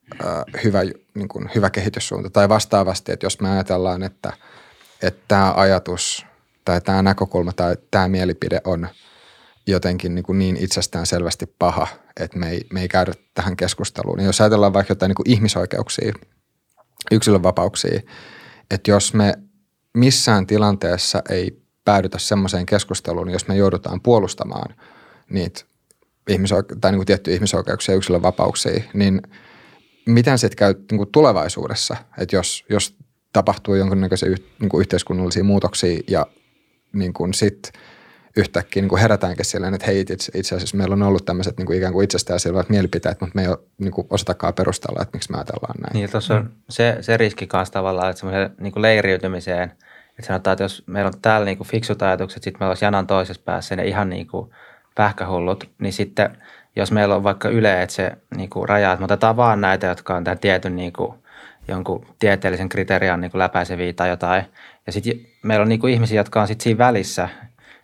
S4: hyvä kehityssuunta? Tai vastaavasti, että jos me ajatellaan, että tämä ajatus tai tämä näkökulma tai tämä mielipide on jotenkin niin itsestään selvästi paha, että me ei käydä tähän keskusteluun. Niin jos ajatellaan vaikka jotain niin kuin ihmisoikeuksia, yksilönvapauksia, että jos me missään tilanteessa ei päädytä semmoiseen keskusteluun, niin jos me joudutaan puolustamaan niitä tai niin kuin tiettyjä ihmisoikeuksia ja yksilönvapauksia, niin miten sitten käy niin kuin tulevaisuudessa, että jos tapahtuu jonkinnäköisiä niin kuin yhteiskunnallisia muutoksia ja niin kuin sitten yhtäkkiä niin kuin herätäänkin silleen, että hei, itse asiassa meillä on ollut tämmöiset niin kuin ikään kuin itsestäänselvät mielipiteet, mutta me ei ole niin kuin osatakaan perustella, että miksi me ajatellaan näin.
S3: Niin, tuossa on se riski kanssa tavallaan, että semmoiseen niin kuin leiriytymiseen, että sanotaan, että jos meillä on täällä niin kuin fiksut ajatukset, sitten meillä olisi janan toisessa päässä ne ihan niin kuin pähkähullut, niin sitten jos meillä on vaikka Yle, että se niin kuin rajaa, että me otetaan vaan näitä, jotka on tämän tietyn niin kuin, jonkun tieteellisen kriteerian niin kuin läpäiseviä tai jotain. Ja sitten meillä on niin kuin ihmisiä, jotka on sitten siinä välissä,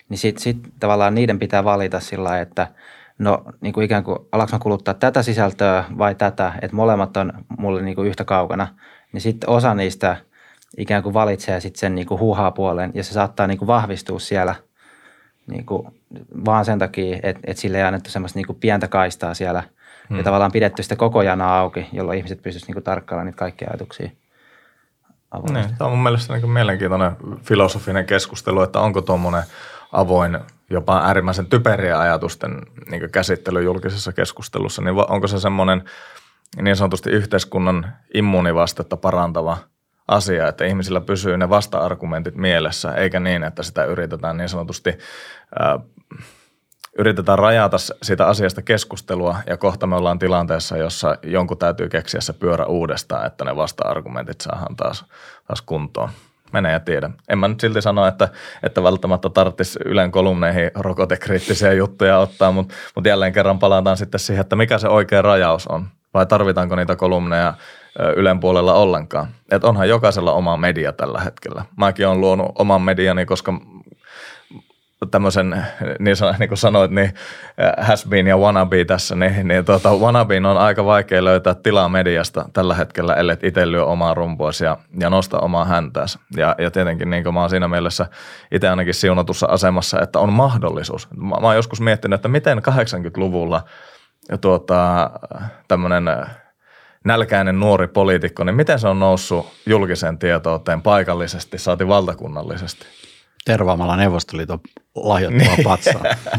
S3: niin sit tavallaan niiden pitää valita sillä lailla, että no niin kuin ikään kuin alanko kuluttaa tätä sisältöä vai tätä, että molemmat on mulle niin kuin yhtä kaukana, niin sitten osa niistä ikään kuin valitsee sitten sen niin kuin huuhaa-puolen ja se saattaa niin kuin vahvistua siellä niin kuin vaan sen takia, että sille ei annettu semmoista niin kuin pientä kaistaa siellä ja tavallaan pidetty sitä koko janaa auki, jolloin ihmiset pystyisivät niin kuin tarkkailemaan niitä kaikkia ajatuksia.
S2: Niin, tämä on mun mielestä niin kuin mielenkiintoinen filosofinen keskustelu, että onko tuommoinen avoin, jopa äärimmäisen typeriä ajatusten niin käsittely julkisessa keskustelussa, niin onko se semmoinen niin sanotusti yhteiskunnan immuunivastetta parantava asia, että ihmisillä pysyy ne vasta-argumentit mielessä, eikä niin, että sitä yritetään niin sanotusti yritetään rajata sitä asiasta keskustelua ja kohta me ollaan tilanteessa, jossa jonkun täytyy keksiä se pyörä uudestaan, että ne vasta-argumentit saadaan taas kuntoon. Mene ja tiedä. En mä nyt silti sano, että välttämättä tarvitsisi Ylen kolumneihin rokotekriittisiä juttuja ottaa, mutta jälleen kerran palataan sitten siihen, että mikä se oikea rajaus on. Vai tarvitaanko niitä kolumneja Ylen puolella ollenkaan. Että onhan jokaisella oma media tällä hetkellä. Mäkin olen luonut oman mediani, koska tämmöisen, niin kuin sanoit, niin has been ja wannabe tässä, niin wannabeen on aika vaikea löytää tilaa mediasta tällä hetkellä, ellei itse lyö omaa rumpuasi ja nosta omaa häntäänsä. Ja tietenkin niin kuin mä oon siinä mielessä itse ainakin siunatussa asemassa, että on mahdollisuus. Mä oon joskus miettinyt, että miten 80-luvulla tämmöinen nälkäinen nuori poliitikko, niin miten se on noussut julkiseen tietouteen paikallisesti, saati valtakunnallisesti?
S1: Tervaamalla Neuvostoliiton lahjoittavaa patsaa.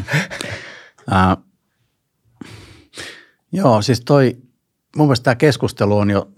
S1: Joo, siis mun mielestä tämä keskustelu on jo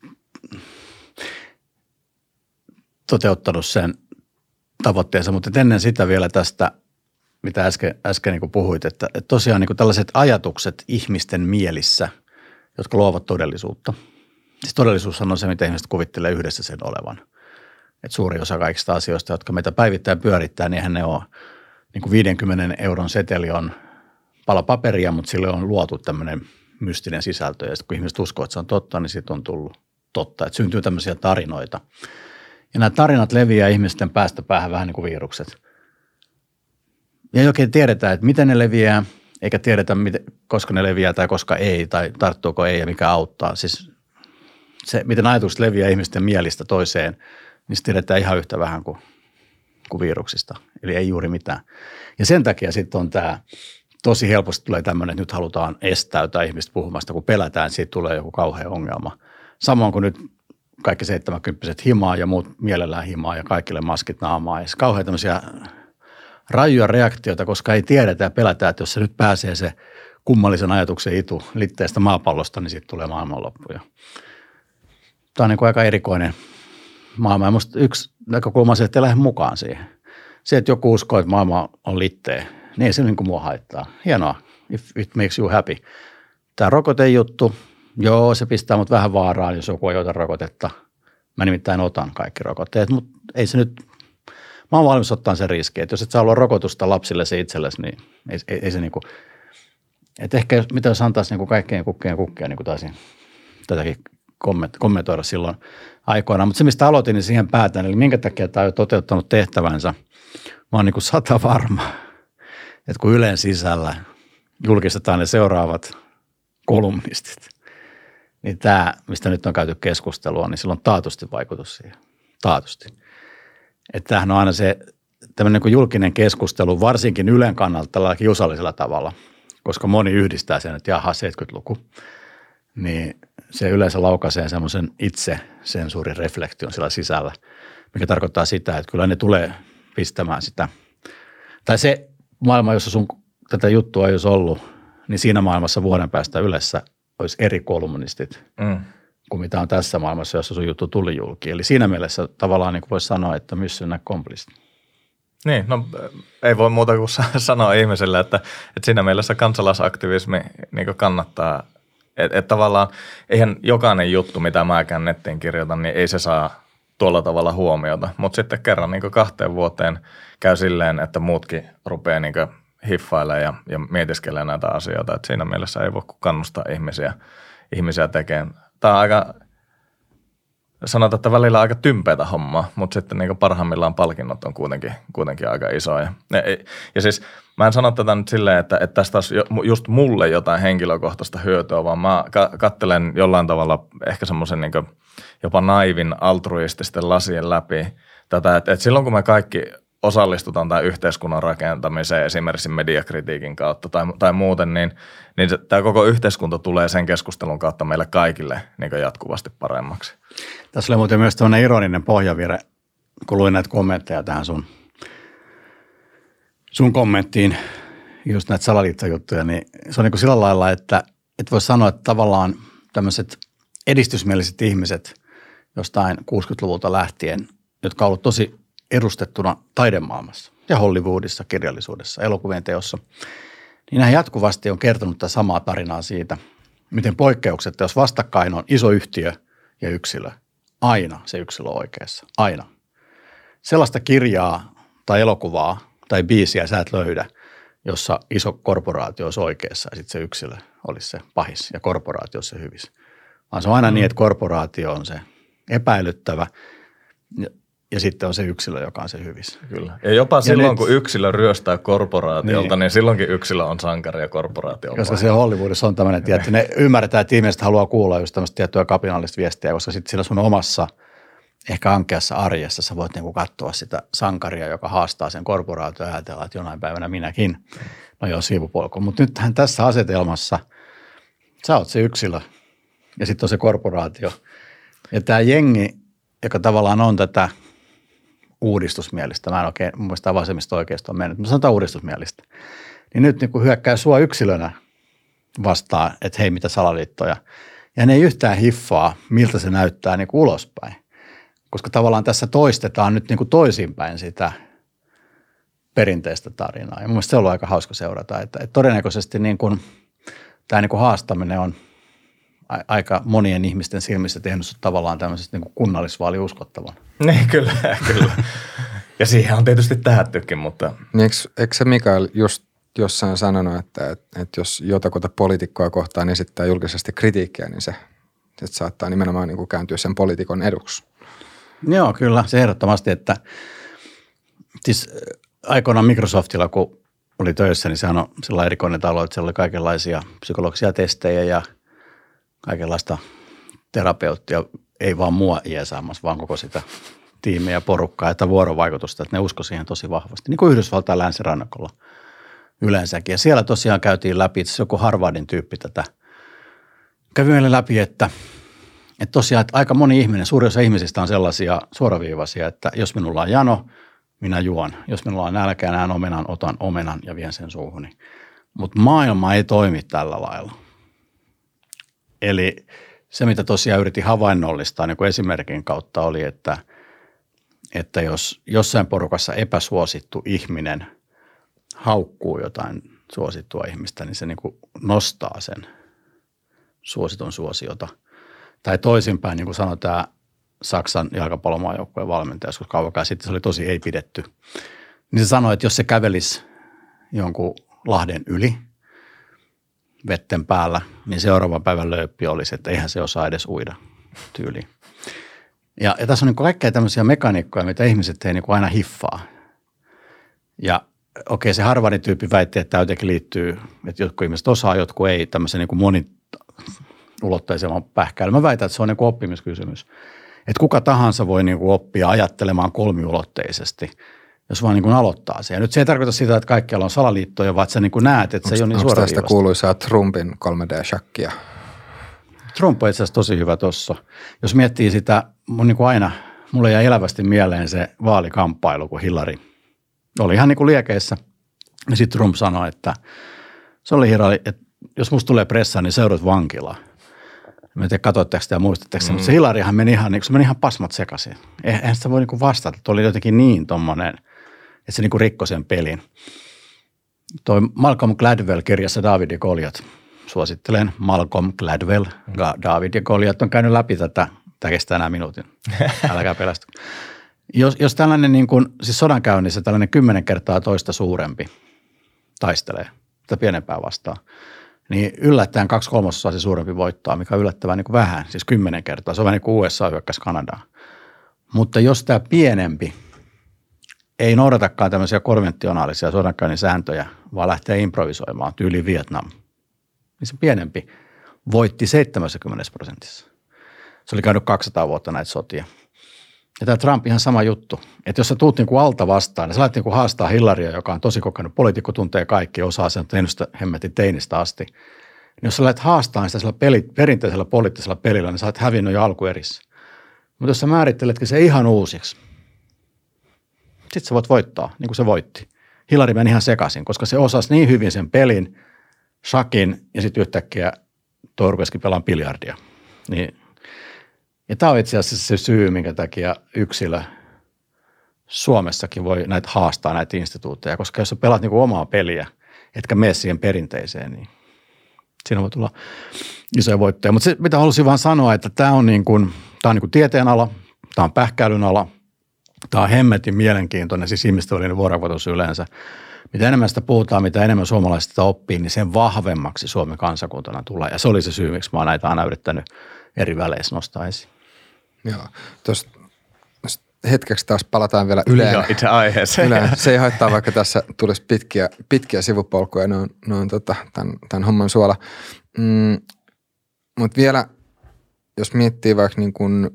S1: toteuttanut sen tavoitteensa, mutta ennen sitä vielä tästä, mitä äsken niin kuin puhuit, että tosiaan niin kuin tällaiset ajatukset ihmisten mielissä, jotka luovat todellisuutta. Siis todellisuushan on se, mitä ihmiset kuvittelee yhdessä sen olevan. Että suuri osa kaikista asioista, jotka meitä päivittäin pyörittää, niin eihän ne ole, niin kuin 50 € seteli on pala paperia, mutta sille on luotu tämmöinen mystinen sisältö. Ja sitten kun ihmiset uskoo, että se on totta, niin siitä on tullut totta. Että syntyy tämmöisiä tarinoita. Ja nämä tarinat leviää ihmisten päästä päähän vähän niin kuin virukset. Ja ei oikein tiedetä, että miten ne leviää, eikä tiedetä, koska ne leviää tai koska ei, tai tarttuuko ei ja mikä auttaa. Siis se, miten ajatukset leviää ihmisten mielistä toiseen, niin se tiedetään ihan yhtä vähän kuin viruksista. Eli ei juuri mitään. Ja sen takia sitten on tämä, tosi helposti tulee tämmöinen, että nyt halutaan estäytää ihmistä puhumasta, kun pelätään, että siitä tulee joku kauhea ongelma. Samoin kuin nyt kaikki 70-vuotiaat himaa ja muut mielellään himaa ja kaikille maskit naamaa. Ja se kauhean tämmöisiä rajuja reaktioita, koska ei tiedetä ja pelätään, että jos se nyt pääsee se kummallisen ajatuksen itu litteestä maapallosta, niin siitä tulee maailmanloppu. Tämä on niin kuin aika erikoinen maailma. Ja musta yksi näkökulma on se, että ei lähde mukaan siihen. Se, että joku uskoo, että maailma on litteä, niin ei se niin kuin mua haittaa. Hienoa, if it makes you happy. Tämä rokotejuttu, joo, se pistää mut vähän vaaraan, jos joku ei ota rokotetta. Mä nimittäin otan kaikki rokotteet, mutta ei se nyt, mä oon valmis ottaa sen riski, että jos et saa olla rokotusta lapsillesi itsellesi, niin ei se niin kuin, että ehkä mitä jos antaisi niin kuin kaikkeen kukkia, niin kuin taisin tätäkin kommentoida silloin aikoinaan. Mutta se, mistä aloitin, niin siihen päätän, eli minkä takia tämä on jo toteuttanut tehtävänsä. Mä oon niin kuin 100% varma, että kun Ylen sisällä julkistetaan ne seuraavat kolumnistit, niin tämä, mistä nyt on käyty keskustelua, niin sillä on taatusti vaikutus siihen. Taatusti. Että tämähän on aina se tämmöinen niin kuin julkinen keskustelu, varsinkin Ylen kannalta tällä kiusallisella tavalla, koska moni yhdistää sen, että jaha, 70-luku, niin se yleensä laukaisee semmoisen itse-sensuurireflektion sillä sisällä, mikä tarkoittaa sitä, että kyllä ne tulee pistämään sitä. Tai se maailma, jossa sun tätä juttua ei olisi ollut, niin siinä maailmassa vuoden päästä Ylessä olisi eri kolumnistit kuin mitä on tässä maailmassa, jossa sun juttu tuli julki. Eli siinä mielessä tavallaan niin kuin voisi sanoa, että mission accomplished.
S2: Niin, no ei voi muuta kuin sanoa ihmiselle, että siinä mielessä kansalaisaktivismi niin kannattaa. Että tavallaan eihän jokainen juttu, mitä mäkään nettiin kirjoitan, niin ei se saa tuolla tavalla huomiota. Mutta sitten kerran niin 2 vuoteen käy silleen, että muutkin rupeaa niin hiffailemaan ja mietiskelemään näitä asioita. Et siinä mielessä ei voi kannustaa ihmisiä tekemään. Tämä on sanotaan, että välillä aika tympeätä hommaa, mutta sitten niin parhaimmillaan palkinnot on kuitenkin aika isoja. Ja siis mä en sano tätä nyt silleen, että tästä olisi just mulle jotain henkilökohtaista hyötyä, vaan mä katselen jollain tavalla ehkä semmoisen niin jopa naivin altruististen lasien läpi tätä, että silloin kun me kaikki osallistutaan tämän yhteiskunnan rakentamiseen esimerkiksi mediakritiikin kautta tai muuten, niin tämä koko yhteiskunta tulee sen keskustelun kautta meille kaikille niin jatkuvasti paremmaksi.
S1: Tässä oli muuten myös tämmöinen ironinen pohjavire, kun luin näitä kommentteja tähän sun kommenttiin, just näitä salaliittojuttuja, niin se on niin kuin sillä lailla, että voisi sanoa, että tavallaan tämmöiset edistysmieliset ihmiset jostain 60-luvulta lähtien, jotka on ollut tosi edustettuna taidemaailmassa ja Hollywoodissa, kirjallisuudessa, elokuvien teossa, niin hän jatkuvasti on kertonut tätä samaa tarinaa siitä, miten poikkeuksetta, jos vastakkain on iso yhtiö ja yksilö, aina se yksilö on oikeassa, aina. Sellaista kirjaa tai elokuvaa tai biisiä sä et löydä, jossa iso korporaatio olisi oikeassa ja sitten se yksilö olisi se pahis ja korporaatio se hyvis. Vaan se on aina niin, että korporaatio on se epäilyttävä ja sitten on se yksilö, joka on se hyvis.
S2: Kyllä. Ja jopa silloin, kun yksilö ryöstää korporaatiolta, niin silloinkin yksilö on sankari ja korporaatio on
S1: koska se Hollywoodissa on tämmöinen, että ne ymmärretään, että ihmiset haluaa kuulla just tämmöistä tiettyä kapinallista viestiä, koska sitten sillä sun omassa ehkä ankeassa arjessa sä voit niinku katsoa sitä sankaria, joka haastaa sen korporaatio ja ajatella, että jonain päivänä minäkin. No joo, siivupolku. Mutta nythän tässä asetelmassa sä oot se yksilö ja sitten on se korporaatio. Ja tämä jengi, joka tavallaan on tätä uudistusmielistä, mä en oikein, mun mielestä vasemmista oikeasta on mennyt, mutta sanotaan uudistusmielistä, niin nyt niin kuin hyökkää sua yksilönä vastaan, että hei mitä salaliittoja. Ja ne ei yhtään hiffaa, miltä se näyttää niin kuin ulospäin. Koska tavallaan tässä toistetaan nyt niin kuin toisinpäin sitä perinteistä tarinaa. Ja mun mielestä se on ollut aika hauska seurata, että todennäköisesti niin kuin, tämä niin kuin haastaminen on aika monien ihmisten silmissä tehnyt tavallaan tämmöisestä niin kuin kunnallisvaaliuskottavan.
S2: Niin, kyllä. Ja siihen on tietysti tähättykin, mutta...
S4: Niin eikö se Mikael just jossain sanonut, että jos jotakuta poliitikkoa kohtaan esittää julkisesti kritiikkiä, niin se saattaa nimenomaan niin kuin kääntyä sen poliitikon eduksi.
S1: Joo, kyllä. Se ehdottomasti, että siis aikoinaan Microsoftilla, kun oli töissä, niin sehän on sellainen erikoinen talo, että siellä oli kaikenlaisia psykologisia testejä ja kaikenlaista terapeuttia, ei vaan mua jeesaamassa, vaan koko sitä tiimiä ja porukkaa, että vuorovaikutusta, että ne uskoi siihen tosi vahvasti, niin kuin Yhdysvaltain länsirannakolla yleensäkin. Ja siellä tosiaan käytiin läpi, itse joku Harvardin tyyppi tätä kävi meille läpi, että tosiaan että aika moni ihminen, suurin osa ihmisistä on sellaisia suoraviivaisia, että jos minulla on jano, minä juon. Jos minulla on nälkä, näen omenan, otan omenan ja vien sen suuhuni. Mutta maailma ei toimi tällä lailla. Eli se, mitä tosiaan yritin havainnollistaa niin kuin esimerkin kautta oli, että jos jossain porukassa epäsuosittu ihminen haukkuu jotain suosittua ihmistä, niin se niin kuin nostaa sen suositun suosiota. Tai toisinpäin, niin kuin sanoi tämä Saksan jalkapallomaajoukkueen valmentaja, joskus kauan sitten se oli tosi ei pidetty. Niin se sanoi, että jos se kävelisi jonkun lahden yli vetten päällä, niin seuraavan päivän lööppi olisi, että eihän se osaa edes uida tyyliin. Ja tässä on niin kaikkea tämmöisiä mekaniikkoja, mitä ihmiset ei niin aina hiffaa. Ja okei, se Harvardin tyyppi väitti, että tämä jotenkin liittyy, että jotkut ihmiset osaa, jotkut ei, tämmöisen niin moniulotteisemman pähkäilyn. Mä väitän, että se on niin oppimiskysymys. Että kuka tahansa voi niin oppia ajattelemaan kolmiulotteisesti, jos vaan niin aloittaa se. Ja nyt se ei tarkoita sitä, että kaikkialla on salaliittoja, vaan että sä niin näet, että se ei ole niin suoraviivasta.
S4: Onko tästä kuuluisaa Trumpin 3D-shakkia?
S1: Trump on itse asiassa tosi hyvä tuossa. Jos miettii sitä, niin kuin aina, mulle jäi elävästi mieleen se vaalikamppailu, kun Hillary oli ihan niin kuin liekeissä. Ja sitten Trump sanoi, että se oli Hillary, että jos musta tulee pressa, niin seuraat vankilaan. Mä en tiedä, katsoitteko sitä ja muistatteko se, mutta se Hillaryhan meni ihan pasmat sekaisin. Eihän sitä voi niin vastata, että oli jotenkin niin tommonen, että se niin rikkoi sen pelin. Toi Malcolm Gladwell kirjassa David ja Goliat. Suosittelen Malcolm Gladwell, David ja Goliat on käynyt läpi tätä. Tämä kestää enää minuutin. Älkää pelästy. Jos tällainen niin kuin, siis sodankäynnissä tällainen 10 kertaa toista suurempi taistelee sitä pienempää vastaan, niin yllättäen 2/3 se suurempi voittaa, mikä on yllättävän niin kuin vähän, siis 10 kertaa. Se on vähän niin kuin USA hyökkäsi Kanadaan. Mutta jos tämä pienempi ei noudatakaan tämmöisiä konventionaalisia sodankäynnin sääntöjä, vaan lähtee improvisoimaan tyyli Vietnam, niin se pienempi voitti 70%. Se oli käynyt 200 vuotta näitä sotia. Ja tämä Trump ihan sama juttu, että jos sä tuut niin kuin alta vastaan, niin sä lähdet niin kuin haastaa Hillarya, joka on tosi kokenut poliitikko, tuntee kaikki, osaa sen tehnyt sitä hemmetin teinistä asti. Niin jos sä lähdet haastamaan sitä sillä perinteisellä poliittisella pelillä, niin sä oot hävinnyt jo alkuerissä. Mutta jos sä määritteletkin se ihan uusiksi, sitten sä voit voittaa, niin kuin se voitti. Hillary meni ihan sekaisin, koska se osasi niin hyvin sen pelin, shakin ja sitten yhtäkkiä toi rupesikin pelaan biljardia. Niin. Ja tämä on itse asiassa se syy, minkä takia yksilö Suomessakin voi näitä haastaa näitä instituutteja, koska jos sä pelaat niinku omaa peliä, etkä mene siihen perinteiseen, niin siinä voi tulla isoja voittoja. Mutta se, mitä halusin vaan sanoa, että tämä on niin kuin tieteen ala, tämä on pähkäilyn ala, tämä on hemmetin mielenkiintoinen, siis ihmisten välinen vuorovaikutus yleensä. Mitä enemmän sitä puhutaan, mitä enemmän suomalaiset sitä oppii, niin sen vahvemmaksi Suomen kansakuntana tulee. Ja se oli se syy, miksi mä oon näitä aina yrittänyt eri väleissä nostaa esiin.
S4: Joo, tuosta hetkeksi taas palataan vielä Yleen.
S2: Joo, itse aiheeseen.
S4: Yleen. Se ei haittaa, vaikka tässä tulisi pitkiä sivupolkuja, ne on tämän homman suola. Mutta vielä, jos miettii vaikka niin kuin,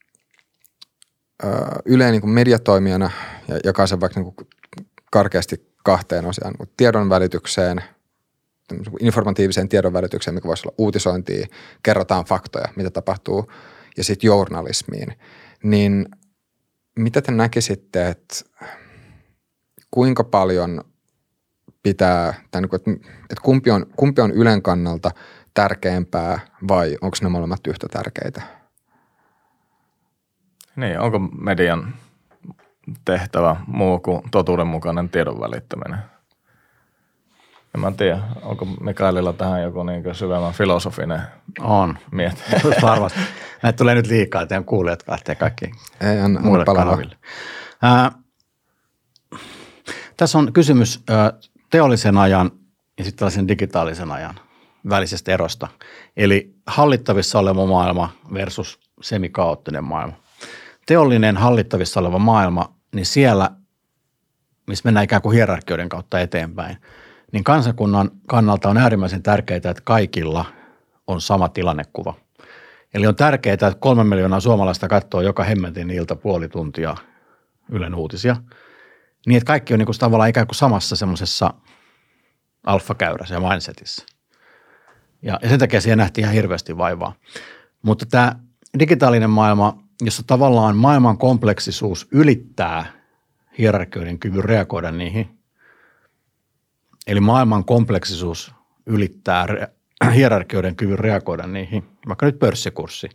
S4: Yleen niin kuin mediatoimijana ja jakaa sen vaikka niin kuin karkeasti kahteen osaan, niin tiedon välitykseen, informatiiviseen tiedon välitykseen, mikä voisi olla uutisointia, kerrotaan faktoja, mitä tapahtuu, ja sitten journalismiin, niin mitä te näkisitte, että kuinka paljon pitää, tai että kumpi on Ylen kannalta tärkeämpää vai onko ne molemmat yhtä tärkeitä?
S2: Niin, onko median tehtävä muu kuin totuudenmukainen tiedon välittäminen? En mä tiedä, onko Mikaelilla tähän joku niin syvemmän filosofinen mieti?
S1: Varmasti. Näitä tulee nyt liikaa, teidän kuulijat lähtee kaikkiin
S4: muille
S1: kanaville. Tässä on kysymys teollisen ajan ja sitten tällaisen digitaalisen ajan välisestä erosta. Eli hallittavissa oleva maailma versus semikaoottinen maailma. Teollinen hallittavissa oleva maailma, niin siellä, missä mennään ikään kuin hierarkioiden kautta eteenpäin, niin kansakunnan kannalta on äärimmäisen tärkeää, että kaikilla on sama tilannekuva. Eli on tärkeää, että 3 miljoonaa suomalaista katsoo joka hemmetin ilta puoli tuntia Ylen uutisia, niin että kaikki on niin kuin tavallaan ikään kuin samassa semmoisessa alfakäyrässä ja mindsetissä. Ja sen takia siihen nähtiin ihan hirveästi vaivaa. Mutta tämä digitaalinen maailma, jossa tavallaan maailman kompleksisuus ylittää hierarkioiden kyvyn reagoida niihin, eli maailman kompleksisuus ylittää hierarkioiden kyvyn reagoida niihin, vaikka nyt pörssikurssi,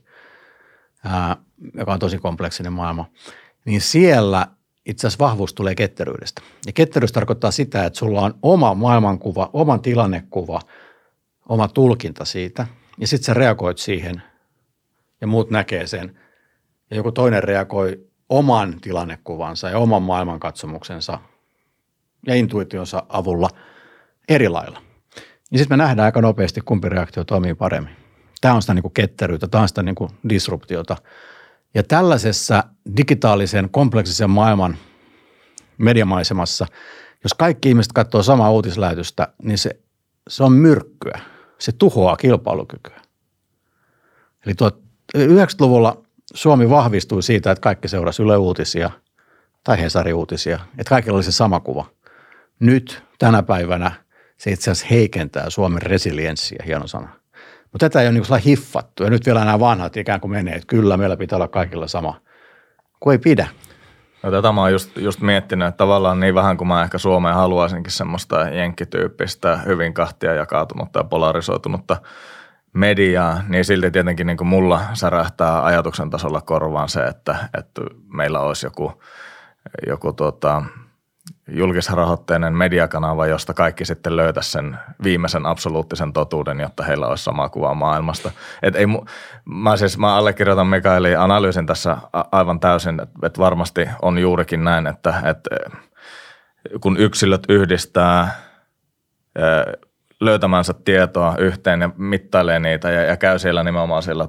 S1: joka on tosi kompleksinen maailma, niin siellä itse asiassa vahvuus tulee ketteryydestä. Ja ketteryys tarkoittaa sitä, että sulla on oma maailmankuva, oma tilannekuva, oma tulkinta siitä, ja sitten sä reagoit siihen, ja muut näkee sen, ja joku toinen reagoi oman tilannekuvansa ja oman maailmankatsomuksensa ja intuitionsa avulla eri lailla. Ja sitten me nähdään aika nopeasti, kumpi reaktio toimii paremmin. Tämä on sitä niin kuin ketteryyttä, tämä on sitä niin kuin disruptiota. Ja tällaisessa digitaalisen kompleksisen maailman mediamaisemassa, jos kaikki ihmiset katsoo samaa uutislähetystä, niin se on myrkkyä. Se tuhoaa kilpailukykyä. Eli 90-luvulla Suomi vahvistui siitä, että kaikki seurasi Yle Uutisia tai Hesari-uutisia, että kaikilla oli se sama kuva. Nyt tänä päivänä se itse asiassa heikentää Suomen resilienssiä, hieno sana. Mutta tätä ei ole niin kuin hiffattu ja nyt vielä nämä vanhat ikään kuin menee, että kyllä meillä pitää olla kaikilla sama, kun ei pidä.
S2: No, tätä mä oon just miettinyt, että tavallaan niin vähän kuin mä ehkä Suomeen haluaisinkin semmoista jenkkityyppistä, hyvin kahtia jakautunutta ja polarisoitunutta mediaa, niin silti tietenkin niin kuin mulla särähtää ajatuksen tasolla korvaan se, että meillä olisi joku julkisrahoitteinen mediakanava, josta kaikki sitten löytäisi sen viimeisen absoluuttisen totuuden, jotta heillä olisi sama kuva maailmasta. Mä allekirjoitan Mikaelin analyysin tässä aivan täysin, että varmasti on juurikin näin, että kun yksilöt yhdistää löytämänsä tietoa yhteen ja mittailee niitä ja käy siellä nimenomaan siellä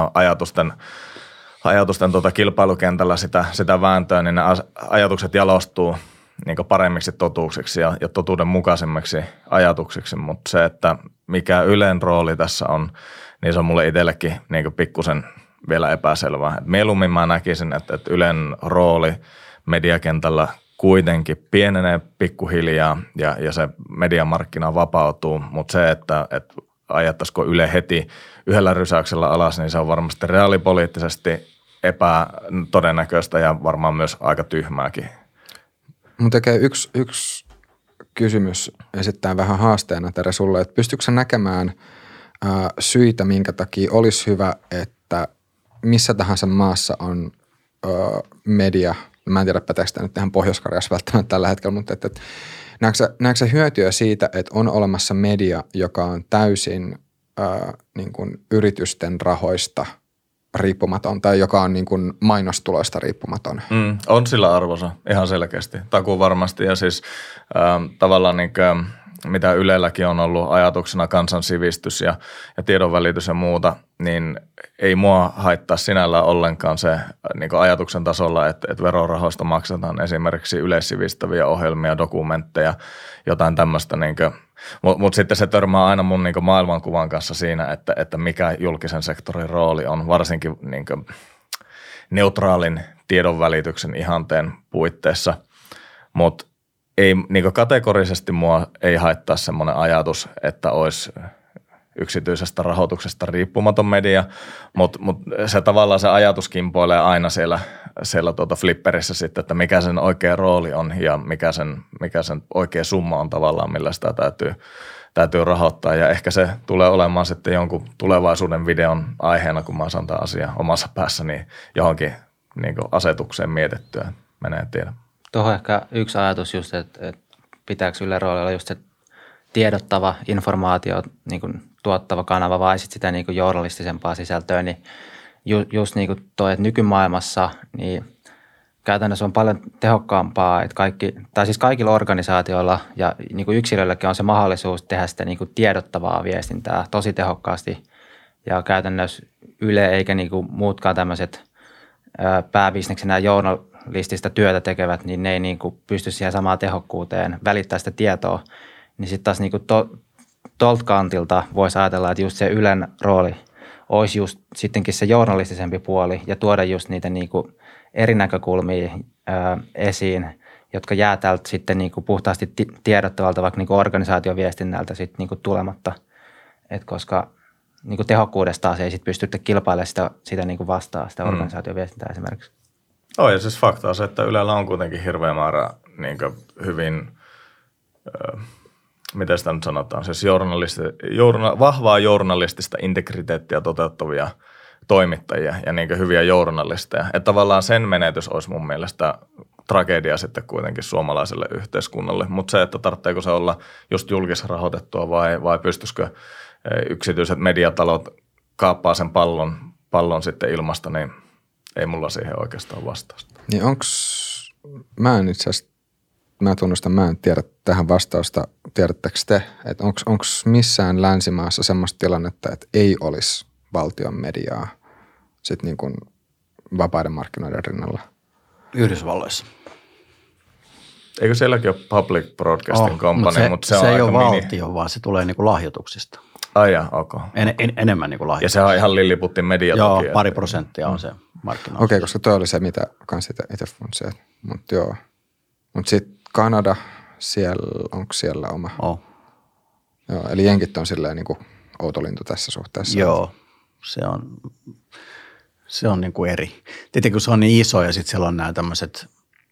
S2: ajatusten kilpailukentällä sitä vääntöä, niin ne ajatukset jalostuu niin paremmiksi totuuksiksi ja totuudenmukaisemmiksi ajatuksiksi, mutta se, että mikä Ylen rooli tässä on, niin se on mulle itsellekin niin pikkusen vielä epäselvää. Et mieluummin mä näkisin, että Ylen rooli mediakentällä kuitenkin pienenee pikkuhiljaa ja se mediamarkkina vapautuu, mutta se, että ajattaisiko Yle heti yhdellä rysäyksellä alas, niin se on varmasti reaalipoliittisesti epätodennäköistä ja varmaan myös aika tyhmääkin.
S4: Mun tekee yksi kysymys esittää vähän haasteena Tere sulle, että pystytkö sä näkemään syitä, minkä takia olisi hyvä, että missä tahansa maassa on media, mä en tiedä päteekö tämä nyt ihan Pohjois-Karjassa välttämättä tällä hetkellä, mutta näetkö sä hyötyä siitä, että on olemassa media, joka on täysin niin kuin yritysten rahoista riippumaton tai joka on niin kuin mainostuloista riippumaton?
S2: On sillä arvonsa ihan selkeästi, takuu varmasti ja siis tavallaan niin kuin, mitä Ylelläkin on ollut ajatuksena kansansivistys ja tiedonvälitys ja muuta, niin ei mua haittaa sinällään ollenkaan se niin kuin ajatuksen tasolla, että verorahoista maksetaan esimerkiksi yleissivistäviä ohjelmia, dokumentteja, jotain tämmöistä. Niin mutta sitten se törmää aina mun niin kuin maailmankuvan kanssa siinä, että mikä julkisen sektorin rooli on, varsinkin niin kuin neutraalin tiedonvälityksen ihanteen puitteissa, mutta ei, niin kategorisesti mua ei haittaa semmoinen ajatus, että olisi yksityisestä rahoituksesta riippumaton media, mutta se tavallaan se ajatus kimpoilee aina siellä flipperissä sitten, että mikä sen oikea rooli on ja mikä sen oikea summa on tavallaan, millä sitä täytyy rahoittaa. Ja ehkä se tulee olemaan sitten jonkun tulevaisuuden videon aiheena, kun mä saan tämän asian omassa päässäni johonkin niin asetukseen mietittyä. Menee tiedä.
S3: Tuohon ehkä yksi ajatus just, että pitääkö Ylen rooli olla just se tiedottava informaatio, niin kuin tuottava kanava vai sitten sitä niin kuin journalistisempaa sisältöä, niin just niin kuin toi, että nykymaailmassa niin käytännössä on paljon tehokkaampaa, että kaikilla organisaatioilla ja niin kuin yksilöilläkin on se mahdollisuus tehdä sitä niin kuin tiedottavaa viestintää tosi tehokkaasti ja käytännössä Yle eikä niin kuin muutkaan tämmöiset pääbisneksenä journalistista työtä tekevät, niin ne ei niin kuin pysty siihen samaan tehokkuuteen välittää sitä tietoa. Niin sitten taas niin kuin tuolta kantilta voisi ajatella, että just se Ylen rooli olisi just sittenkin se journalistisempi puoli ja tuoda just niitä niin kuin eri näkökulmia esiin, jotka jää täältä sitten niin kuin puhtaasti tiedottavalta vaikka niin kuin organisaatioviestinnältä sitten niin kuin tulematta. Et koska niin kuin tehokkuudesta taas ei sitten pystytä kilpailemaan sitä niin kuin vastaan, sitä organisaatioviestintää esimerkiksi.
S2: Ja siis fakta on se, että Ylellä on kuitenkin hirveä määrä niin kuin hyvin, miten sitä nyt sanotaan, siis vahvaa journalistista integriteettiä toteuttavia toimittajia ja niin kuin hyviä journalisteja. Että tavallaan sen menetys olisi mun mielestä tragedia sitten kuitenkin suomalaiselle yhteiskunnalle. Mutta se, että tarvitseeko se olla just julkisrahoitettua vai pystyisikö yksityiset mediatalot kaappaa sen pallon sitten ilmasta, niin ei mulla siihen oikeastaan vastausta.
S4: Niin mä tunnustan, mä en tiedä tähän vastausta, tiedättekö te, että onko missään länsimaassa semmoista tilannetta, että ei olisi valtion mediaa sitten niin kuin vapaiden markkinoiden rinnalla?
S1: Yhdysvalloissa.
S2: Eikö sielläkin ole public broadcasting company, mutta se on
S1: ei
S2: aika
S1: ole valtio, vaan se tulee niin kuin lahjoituksista.
S2: Ai ja, okay.
S1: Enemmän niin kuin lahjoituksista.
S2: Ja se on ihan Lilliputin mediatoki.
S1: Joo, 2% on se markkinoilla.
S4: Okei, koska toi oli se, mitä kans itse funtsi. Mutta joo. Mutta sitten Kanada, onko siellä oma? Joo, eli jenkit on silleen niin kuin outolintu tässä suhteessa.
S1: Joo, se on niin kuin eri. Tietenkin kun se on niin iso ja sitten siellä on nämä tämmöiset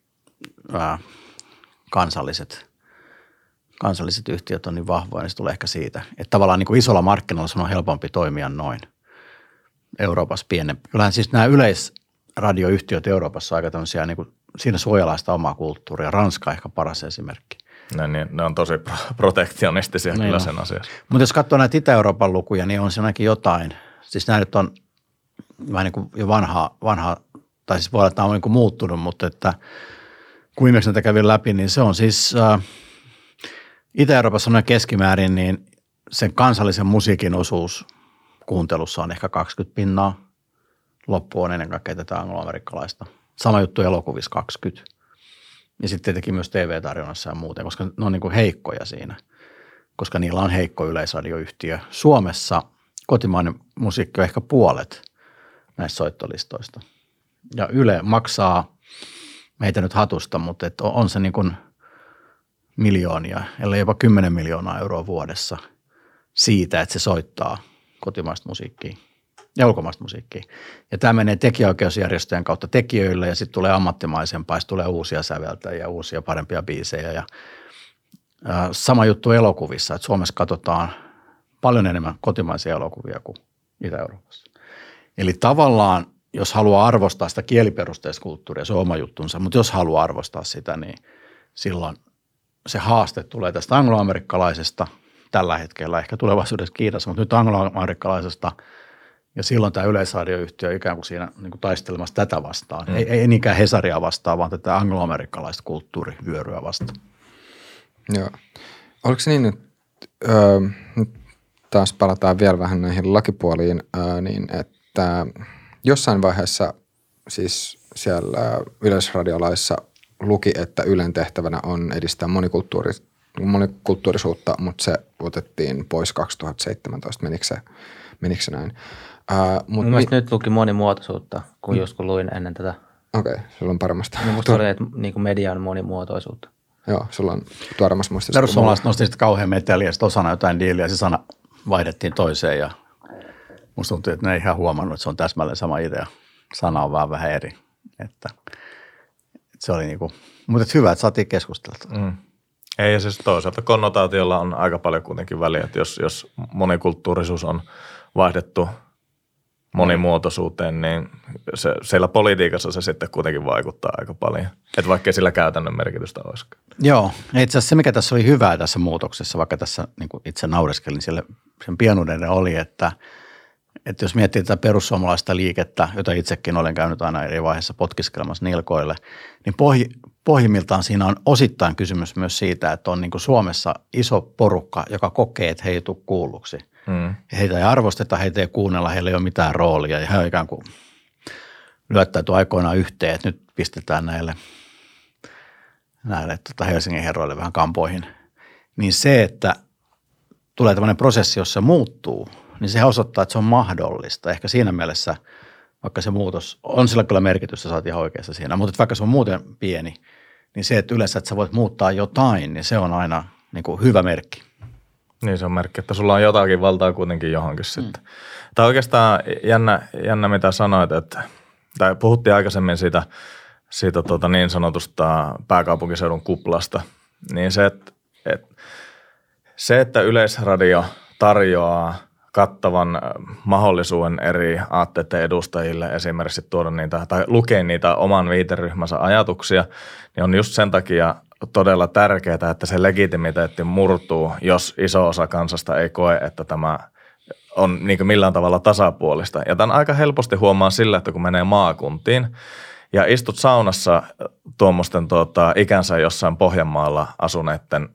S1: kansalliset yhtiöt on niin vahvoja, niin se tulee ehkä siitä. Että tavallaan niin kuin isolla markkinoilla sun on helpompi toimia noin. Euroopassa pienempi. Kyllähän siis nämä yleisradioyhtiöt Euroopassa on aika tämmöisiä niin kuin siinä suojalaista omaa kulttuuria. Ranska on ehkä paras esimerkki.
S2: Ne on tosi protektionistisia niin kyllä sen asiassa.
S1: Mutta jos katsoo näitä Itä-Euroopan lukuja, niin on siinäkin jotain. Siis nämä nyt on vähän niin kuin jo vanha tai siis voi olla, että nämä on niin kuin muuttunut, mutta että kun viimeksi näitä kävin läpi, niin se on siis Itä-Euroopassa on keskimäärin niin sen kansallisen musiikin osuus kuuntelussa on ehkä 20%. Loppu on ennen kaikkea tätä angloamerikkalaista. Sama juttu elokuvissa 20%. Ja sitten tietenkin myös TV-tarjonnassa ja muuten, koska ne on niin kuin heikkoja siinä, koska niillä on heikko yleisradioyhtiö. Suomessa kotimainen musiikki on ehkä puolet näistä soittolistoista. Ja Yle maksaa meitä nyt hatusta, mutta on se niin kuin miljoonia, ellei jopa 10 miljoonaa euroa vuodessa siitä, että se soittaa kotimaista musiikkia ja ulkomaista musiikkia. Ja tämä menee tekijäoikeusjärjestöjen kautta tekijöille ja sitten tulee ammattimaisempaa, tulee uusia säveltäjiä, uusia parempia biisejä. Ja sama juttu elokuvissa, että Suomessa katsotaan paljon enemmän kotimaisia elokuvia kuin Itä-Euroopassa. Eli tavallaan, jos haluaa arvostaa sitä kieliperusteista kulttuuria, se on oma juttunsa, mutta jos haluaa arvostaa sitä, niin silloin se haaste tulee tästä angloamerikkalaisesta tällä hetkellä, ehkä tulevaisuudessa Kiinassa, mutta nyt angloamerikkalaisesta. Ja silloin tämä yleisradioyhtiö on ikään kuin siinä niin kuin taistelemassa tätä vastaan. Ei niinkään Hesaria vastaan, vaan tätä angloamerikkalaista kulttuurivyöryä vastaan.
S4: Joo. Oliko se niin, että nyt taas palataan vielä vähän näihin lakipuoliin, niin että jossain vaiheessa siis siellä yleisradiolaissa luki, että Ylen tehtävänä on edistää monikulttuurisuutta, mutta se otettiin pois 2017. Menikö se näin?
S3: Mielestäni nyt luki monimuotoisuutta, kun joskus luin ennen tätä.
S4: Okei, sulla on paremmasta.
S3: Minusta oli, että niin median monimuotoisuutta.
S4: Joo, sulla on tuoremmassa muistissa.
S1: Perussuomalaiset nosti sitten kauhean meteliä, sitten osana jotain diiliä, se sana vaihdettiin toiseen ja musta tuntuu, että ne ei ihan huomannut, että se on täsmälleen sama idea. Sana on vaan vähän eri. Että se oli niinku, mutta hyvä, että saatiin keskustella.
S2: Ei, ja siis toisaalta konnotaatiolla on aika paljon kuitenkin väliä, että jos monikulttuurisuus on vaihdettu monimuotoisuuteen, niin siellä politiikassa se sitten kuitenkin vaikuttaa aika paljon. Että vaikkei sillä käytännön merkitystä olisikaan.
S1: Joo, itse asiassa se mikä tässä oli hyvää tässä muutoksessa, vaikka tässä niin kuin itse naureskelin sen pienuuden oli, että jos miettii tätä perussuomalaista liikettä, jota itsekin olen käynyt aina eri vaiheessa potkiskelemassa nilkoille, niin pohjimmiltaan siinä on osittain kysymys myös siitä, että on niin kuin Suomessa iso porukka, joka kokee, että he ei tule kuulluksi. Heitä ei arvosteta, heitä ei kuunnella, heillä ei ole mitään roolia ja he on ikään kuin lyöttäytyy aikoinaan yhteen, että nyt pistetään näille Helsingin herroille vähän kampoihin. Niin se, että tulee tämmöinen prosessi, jossa se muuttuu, niin se osoittaa, että se on mahdollista. Ehkä siinä mielessä, vaikka se muutos on sillä kyllä merkitystä, sä oot ihan oikeassa siinä, mutta vaikka se on muuten pieni, niin se, että yleensä, että sä voit muuttaa jotain, niin se on aina niin kuin hyvä merkki. Niin,
S2: se on merkki, että sulla on jotakin valtaa kuitenkin johonkin sitten. Tämä on oikeastaan jännä mitä sanoit, tai puhuttiin aikaisemmin siitä niin sanotusta pääkaupunkiseudun kuplasta, niin se, että Yleisradio tarjoaa kattavan mahdollisuuden eri aatteiden edustajille esimerkiksi tuoda niitä tai lukea niitä oman viiteryhmänsä ajatuksia, niin on just sen takia todella tärkeää, että se legitimiteetti murtuu, jos iso osa kansasta ei koe, että tämä on niin kuin millään tavalla tasapuolista. Ja tämän aika helposti huomaa sillä, että kun menee maakuntiin ja istut saunassa tuommoisten ikänsä jossain Pohjanmaalla asuneiden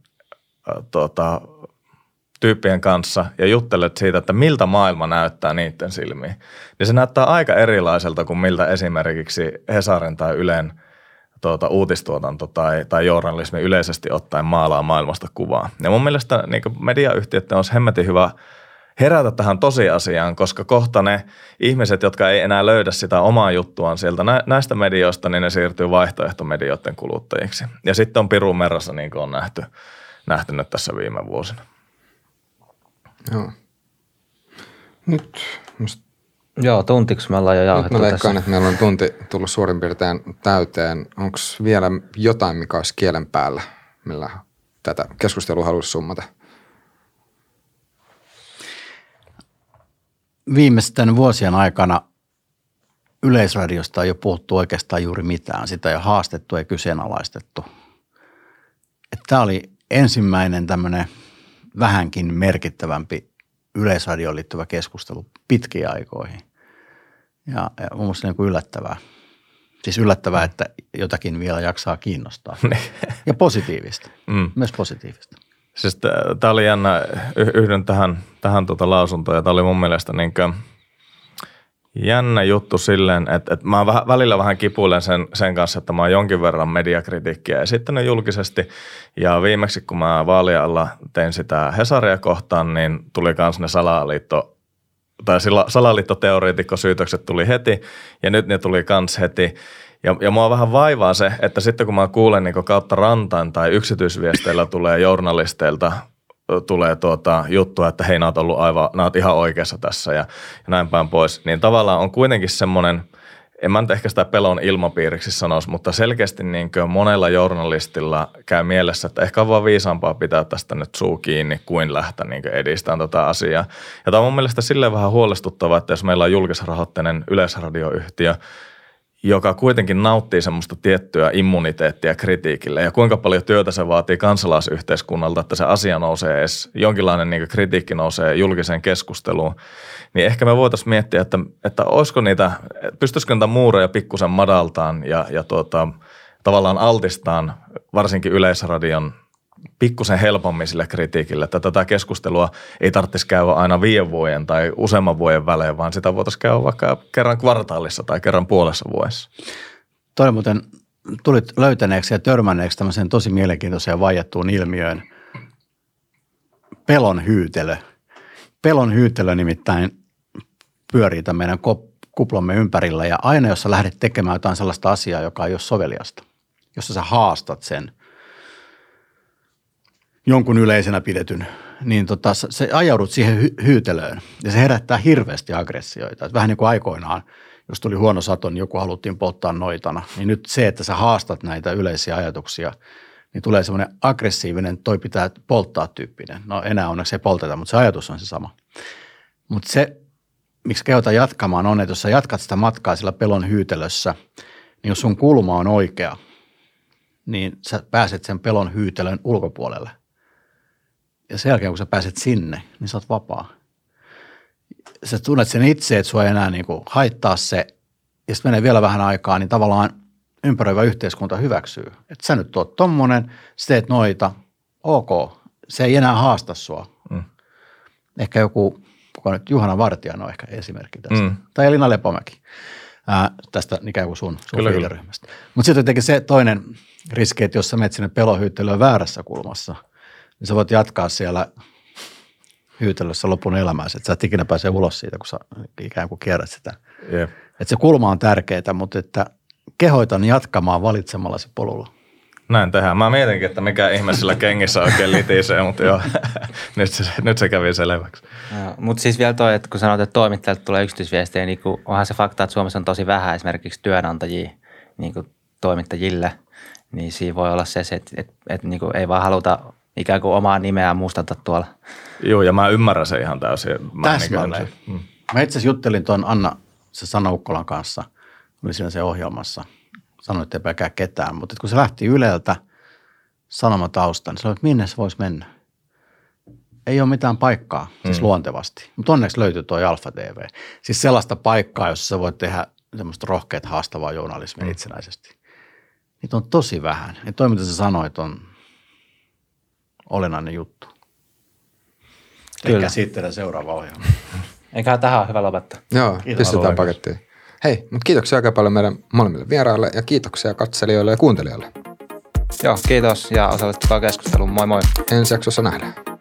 S2: tyyppien kanssa ja juttelet siitä, että miltä maailma näyttää niiden silmiin, niin se näyttää aika erilaiselta kuin miltä esimerkiksi Hesarin tai Ylen uutistuotanto tai journalismi yleisesti ottaen maalaa maailmasta kuvaa. Ja mun mielestä niin mediayhtiöiden on hemmetin hyvä herätä tähän tosiasiaan, koska kohta ne ihmiset, jotka ei enää löydä sitä omaa juttuaan sieltä näistä medioista, niin ne siirtyy vaihtoehtomedioiden kuluttajiksi. Ja sitten on pirun merrassa, niin kuin on nähty nyt tässä viime vuosina.
S4: Joo. Nyt
S3: Joo, tuntiko me ollaan jo jauhettu
S4: tässä?
S3: Nyt mä
S4: veikkaan, että meillä on tunti tullut suurin piirtein täyteen. Onko vielä jotain, mikä olisi kielen päällä, millä tätä keskustelua haluaisi summata?
S1: Viimeisten vuosien aikana Yleisradiosta ei ole puhuttu oikeastaan juuri mitään. Sitä ei ole haastettu, ei kyseenalaistettu. Tämä oli ensimmäinen tämmöinen vähänkin merkittävämpi Yleisradioon liittyvä keskustelu pitkiin aikoihin. Ja mun mielestä niin kuin yllättävää. Siis yllättävää, että jotakin vielä jaksaa kiinnostaa. Ja positiivista. Myös positiivista.
S2: Siis tämä oli jännä, yhdyn tähän lausuntoon, ja tämä oli mun mielestä jännä juttu silleen, että mä välillä vähän kipuilen sen kanssa, että mä oon jonkin verran mediakritiikkiä esittänyt julkisesti, ja viimeksi kun mä vaalien alla tein sitä Hesaria kohtaan, niin tuli kans ne salaliittoteoreetikkosyytökset tuli heti, ja nyt ne tuli kans heti. Ja mua vähän vaivaa se, että sitten kun mä kuulen niin kautta rantain tai yksityisviesteillä tulee journalisteilta tulee juttua, että hei, nää oot ihan oikeassa tässä ja näin päin pois, niin tavallaan on kuitenkin semmoinen, en mä nyt ehkä sitä pelon ilmapiiriksi sanoisi, mutta selkeästi niin monella journalistilla käy mielessä, että ehkä on vaan viisaampaa pitää tästä nyt suu kiinni kuin lähteä niin edistämään tätä asiaa. Ja tämä on mun mielestä silleen vähän huolestuttavaa, että jos meillä on julkisrahoitteinen yleisradioyhtiö, joka kuitenkin nauttii semmoista tiettyä immuniteettia kritiikille ja kuinka paljon työtä se vaatii kansalaisyhteiskunnalta, että se asia nousee edes, jonkinlainen niin kritiikki nousee julkiseen keskusteluun, niin ehkä me voitaisiin miettiä, että olisiko niitä, pystyisikö niitä muureja pikkusen madaltaan ja tavallaan altistaan varsinkin Yleisradion pikkusen helpommin sille kritiikille, että tätä keskustelua ei tarvitsisi käydä aina 5 vuoden tai useamman vuoden välein, vaan sitä voitaisiin käydä vaikka kerran kvartaalissa tai kerran puolessa vuodessa.
S1: Toi muuten tulit löytäneeksi ja törmänneeksi tämmöiseen tosi mielenkiintoiseen vaiettuun ilmiöön. Pelon hyytelö. Pelon hyytelö nimittäin pyörii tämän meidän kuplamme ympärillä ja aina jos sä lähdet tekemään jotain sellaista asiaa, joka ei ole soveliasta, jossa sä haastat sen jonkun yleisenä pidetyn, niin se ajaudut siihen hyytelöön ja se herättää hirveästi aggressioita. Vähän niin kuin aikoinaan, jos tuli huono sato, niin joku haluttiin polttaa noitana. Niin nyt se, että sä haastat näitä yleisiä ajatuksia, niin tulee semmoinen aggressiivinen, toi pitää polttaa tyyppinen. No enää onneksi ei polteta, mutta se ajatus on se sama. Mutta se, miksi kehotan jatkamaan on, että jos sä jatkat sitä matkaa sillä pelon hyytelössä, niin jos sun kulma on oikea, niin sä pääset sen pelon hyytelön ulkopuolelle. Ja sen jälkeen, kun sä pääset sinne, niin sä oot vapaa. Sä tunnet sen itse, että sua ei enää niin kuin haittaa se, ja sitten menee vielä vähän aikaa, niin tavallaan ympäröivä yhteiskunta hyväksyy. Että sä nyt oot tommonen, sä teet noita, ok, se ei enää haasta sua. Ehkä joku, kuka nyt, Juhana Vartiainen on ehkä esimerkki tästä. Tai Elina Lepomäki tästä ikään kuin sun fiiliryhmästä. Mutta sitten jotenkin se toinen riski, että jos sä menet sinne pelohyyttelyyn väärässä kulmassa, niin sä voit jatkaa siellä hyytelössä lopun elämääsi, että sä et ikinä pääse ulos siitä, kun sä ikään kuin kierrät sitä.
S2: Yep.
S1: Että se kulma on tärkeää, mutta että kehoitan jatkamaan valitsemalla se polulla.
S2: Näin tehdään. Mä mietinkin, että mikä ihme sillä kengissä oikein litisee, mutta joo, nyt se kävi selväksi.
S3: Mutta siis vielä toi, että kun sanoit, että toimittajalta tulee yksityisviestejä, niin onhan se fakta, että Suomessa on tosi vähän esimerkiksi työnantajia niin toimittajille, niin siinä voi olla se, että niin ei vaan haluta ikään kuin omaa nimeään mustata tuolla.
S2: Joo, ja mä ymmärrän se ihan täysin.
S1: Täsmälleen. Mä itse asiassa juttelin tuon Sanna Ukkolan kanssa, oli siinä se ohjelmassa. Sanoin, että ei pelkää ketään, mutta kun se lähti Yleltä sanomataustaan, niin sanoi, että minne se voisi mennä. Ei ole mitään paikkaa, siis luontevasti. Mutta onneksi löytyi tuo Alfa TV. Siis sellaista paikkaa, jossa sä voit tehdä semmoista rohkeat haastavaa journalismia itsenäisesti. Niitä on tosi vähän. Ja toi, mitä sä sanoit, on olennainen juttu. Kyllä. Sitten seuraava ohjelma.
S3: Eiköhän tähän ole hyvä lopettaa.
S4: Joo, pistetään pakettiin. Hei, mutta kiitoksia aika paljon meidän molemmille vieraille ja kiitoksia katselijoille ja kuuntelijoille.
S3: Joo, kiitos ja osallistukaa keskusteluun. Moi moi.
S4: Ensi jaksossa nähdään.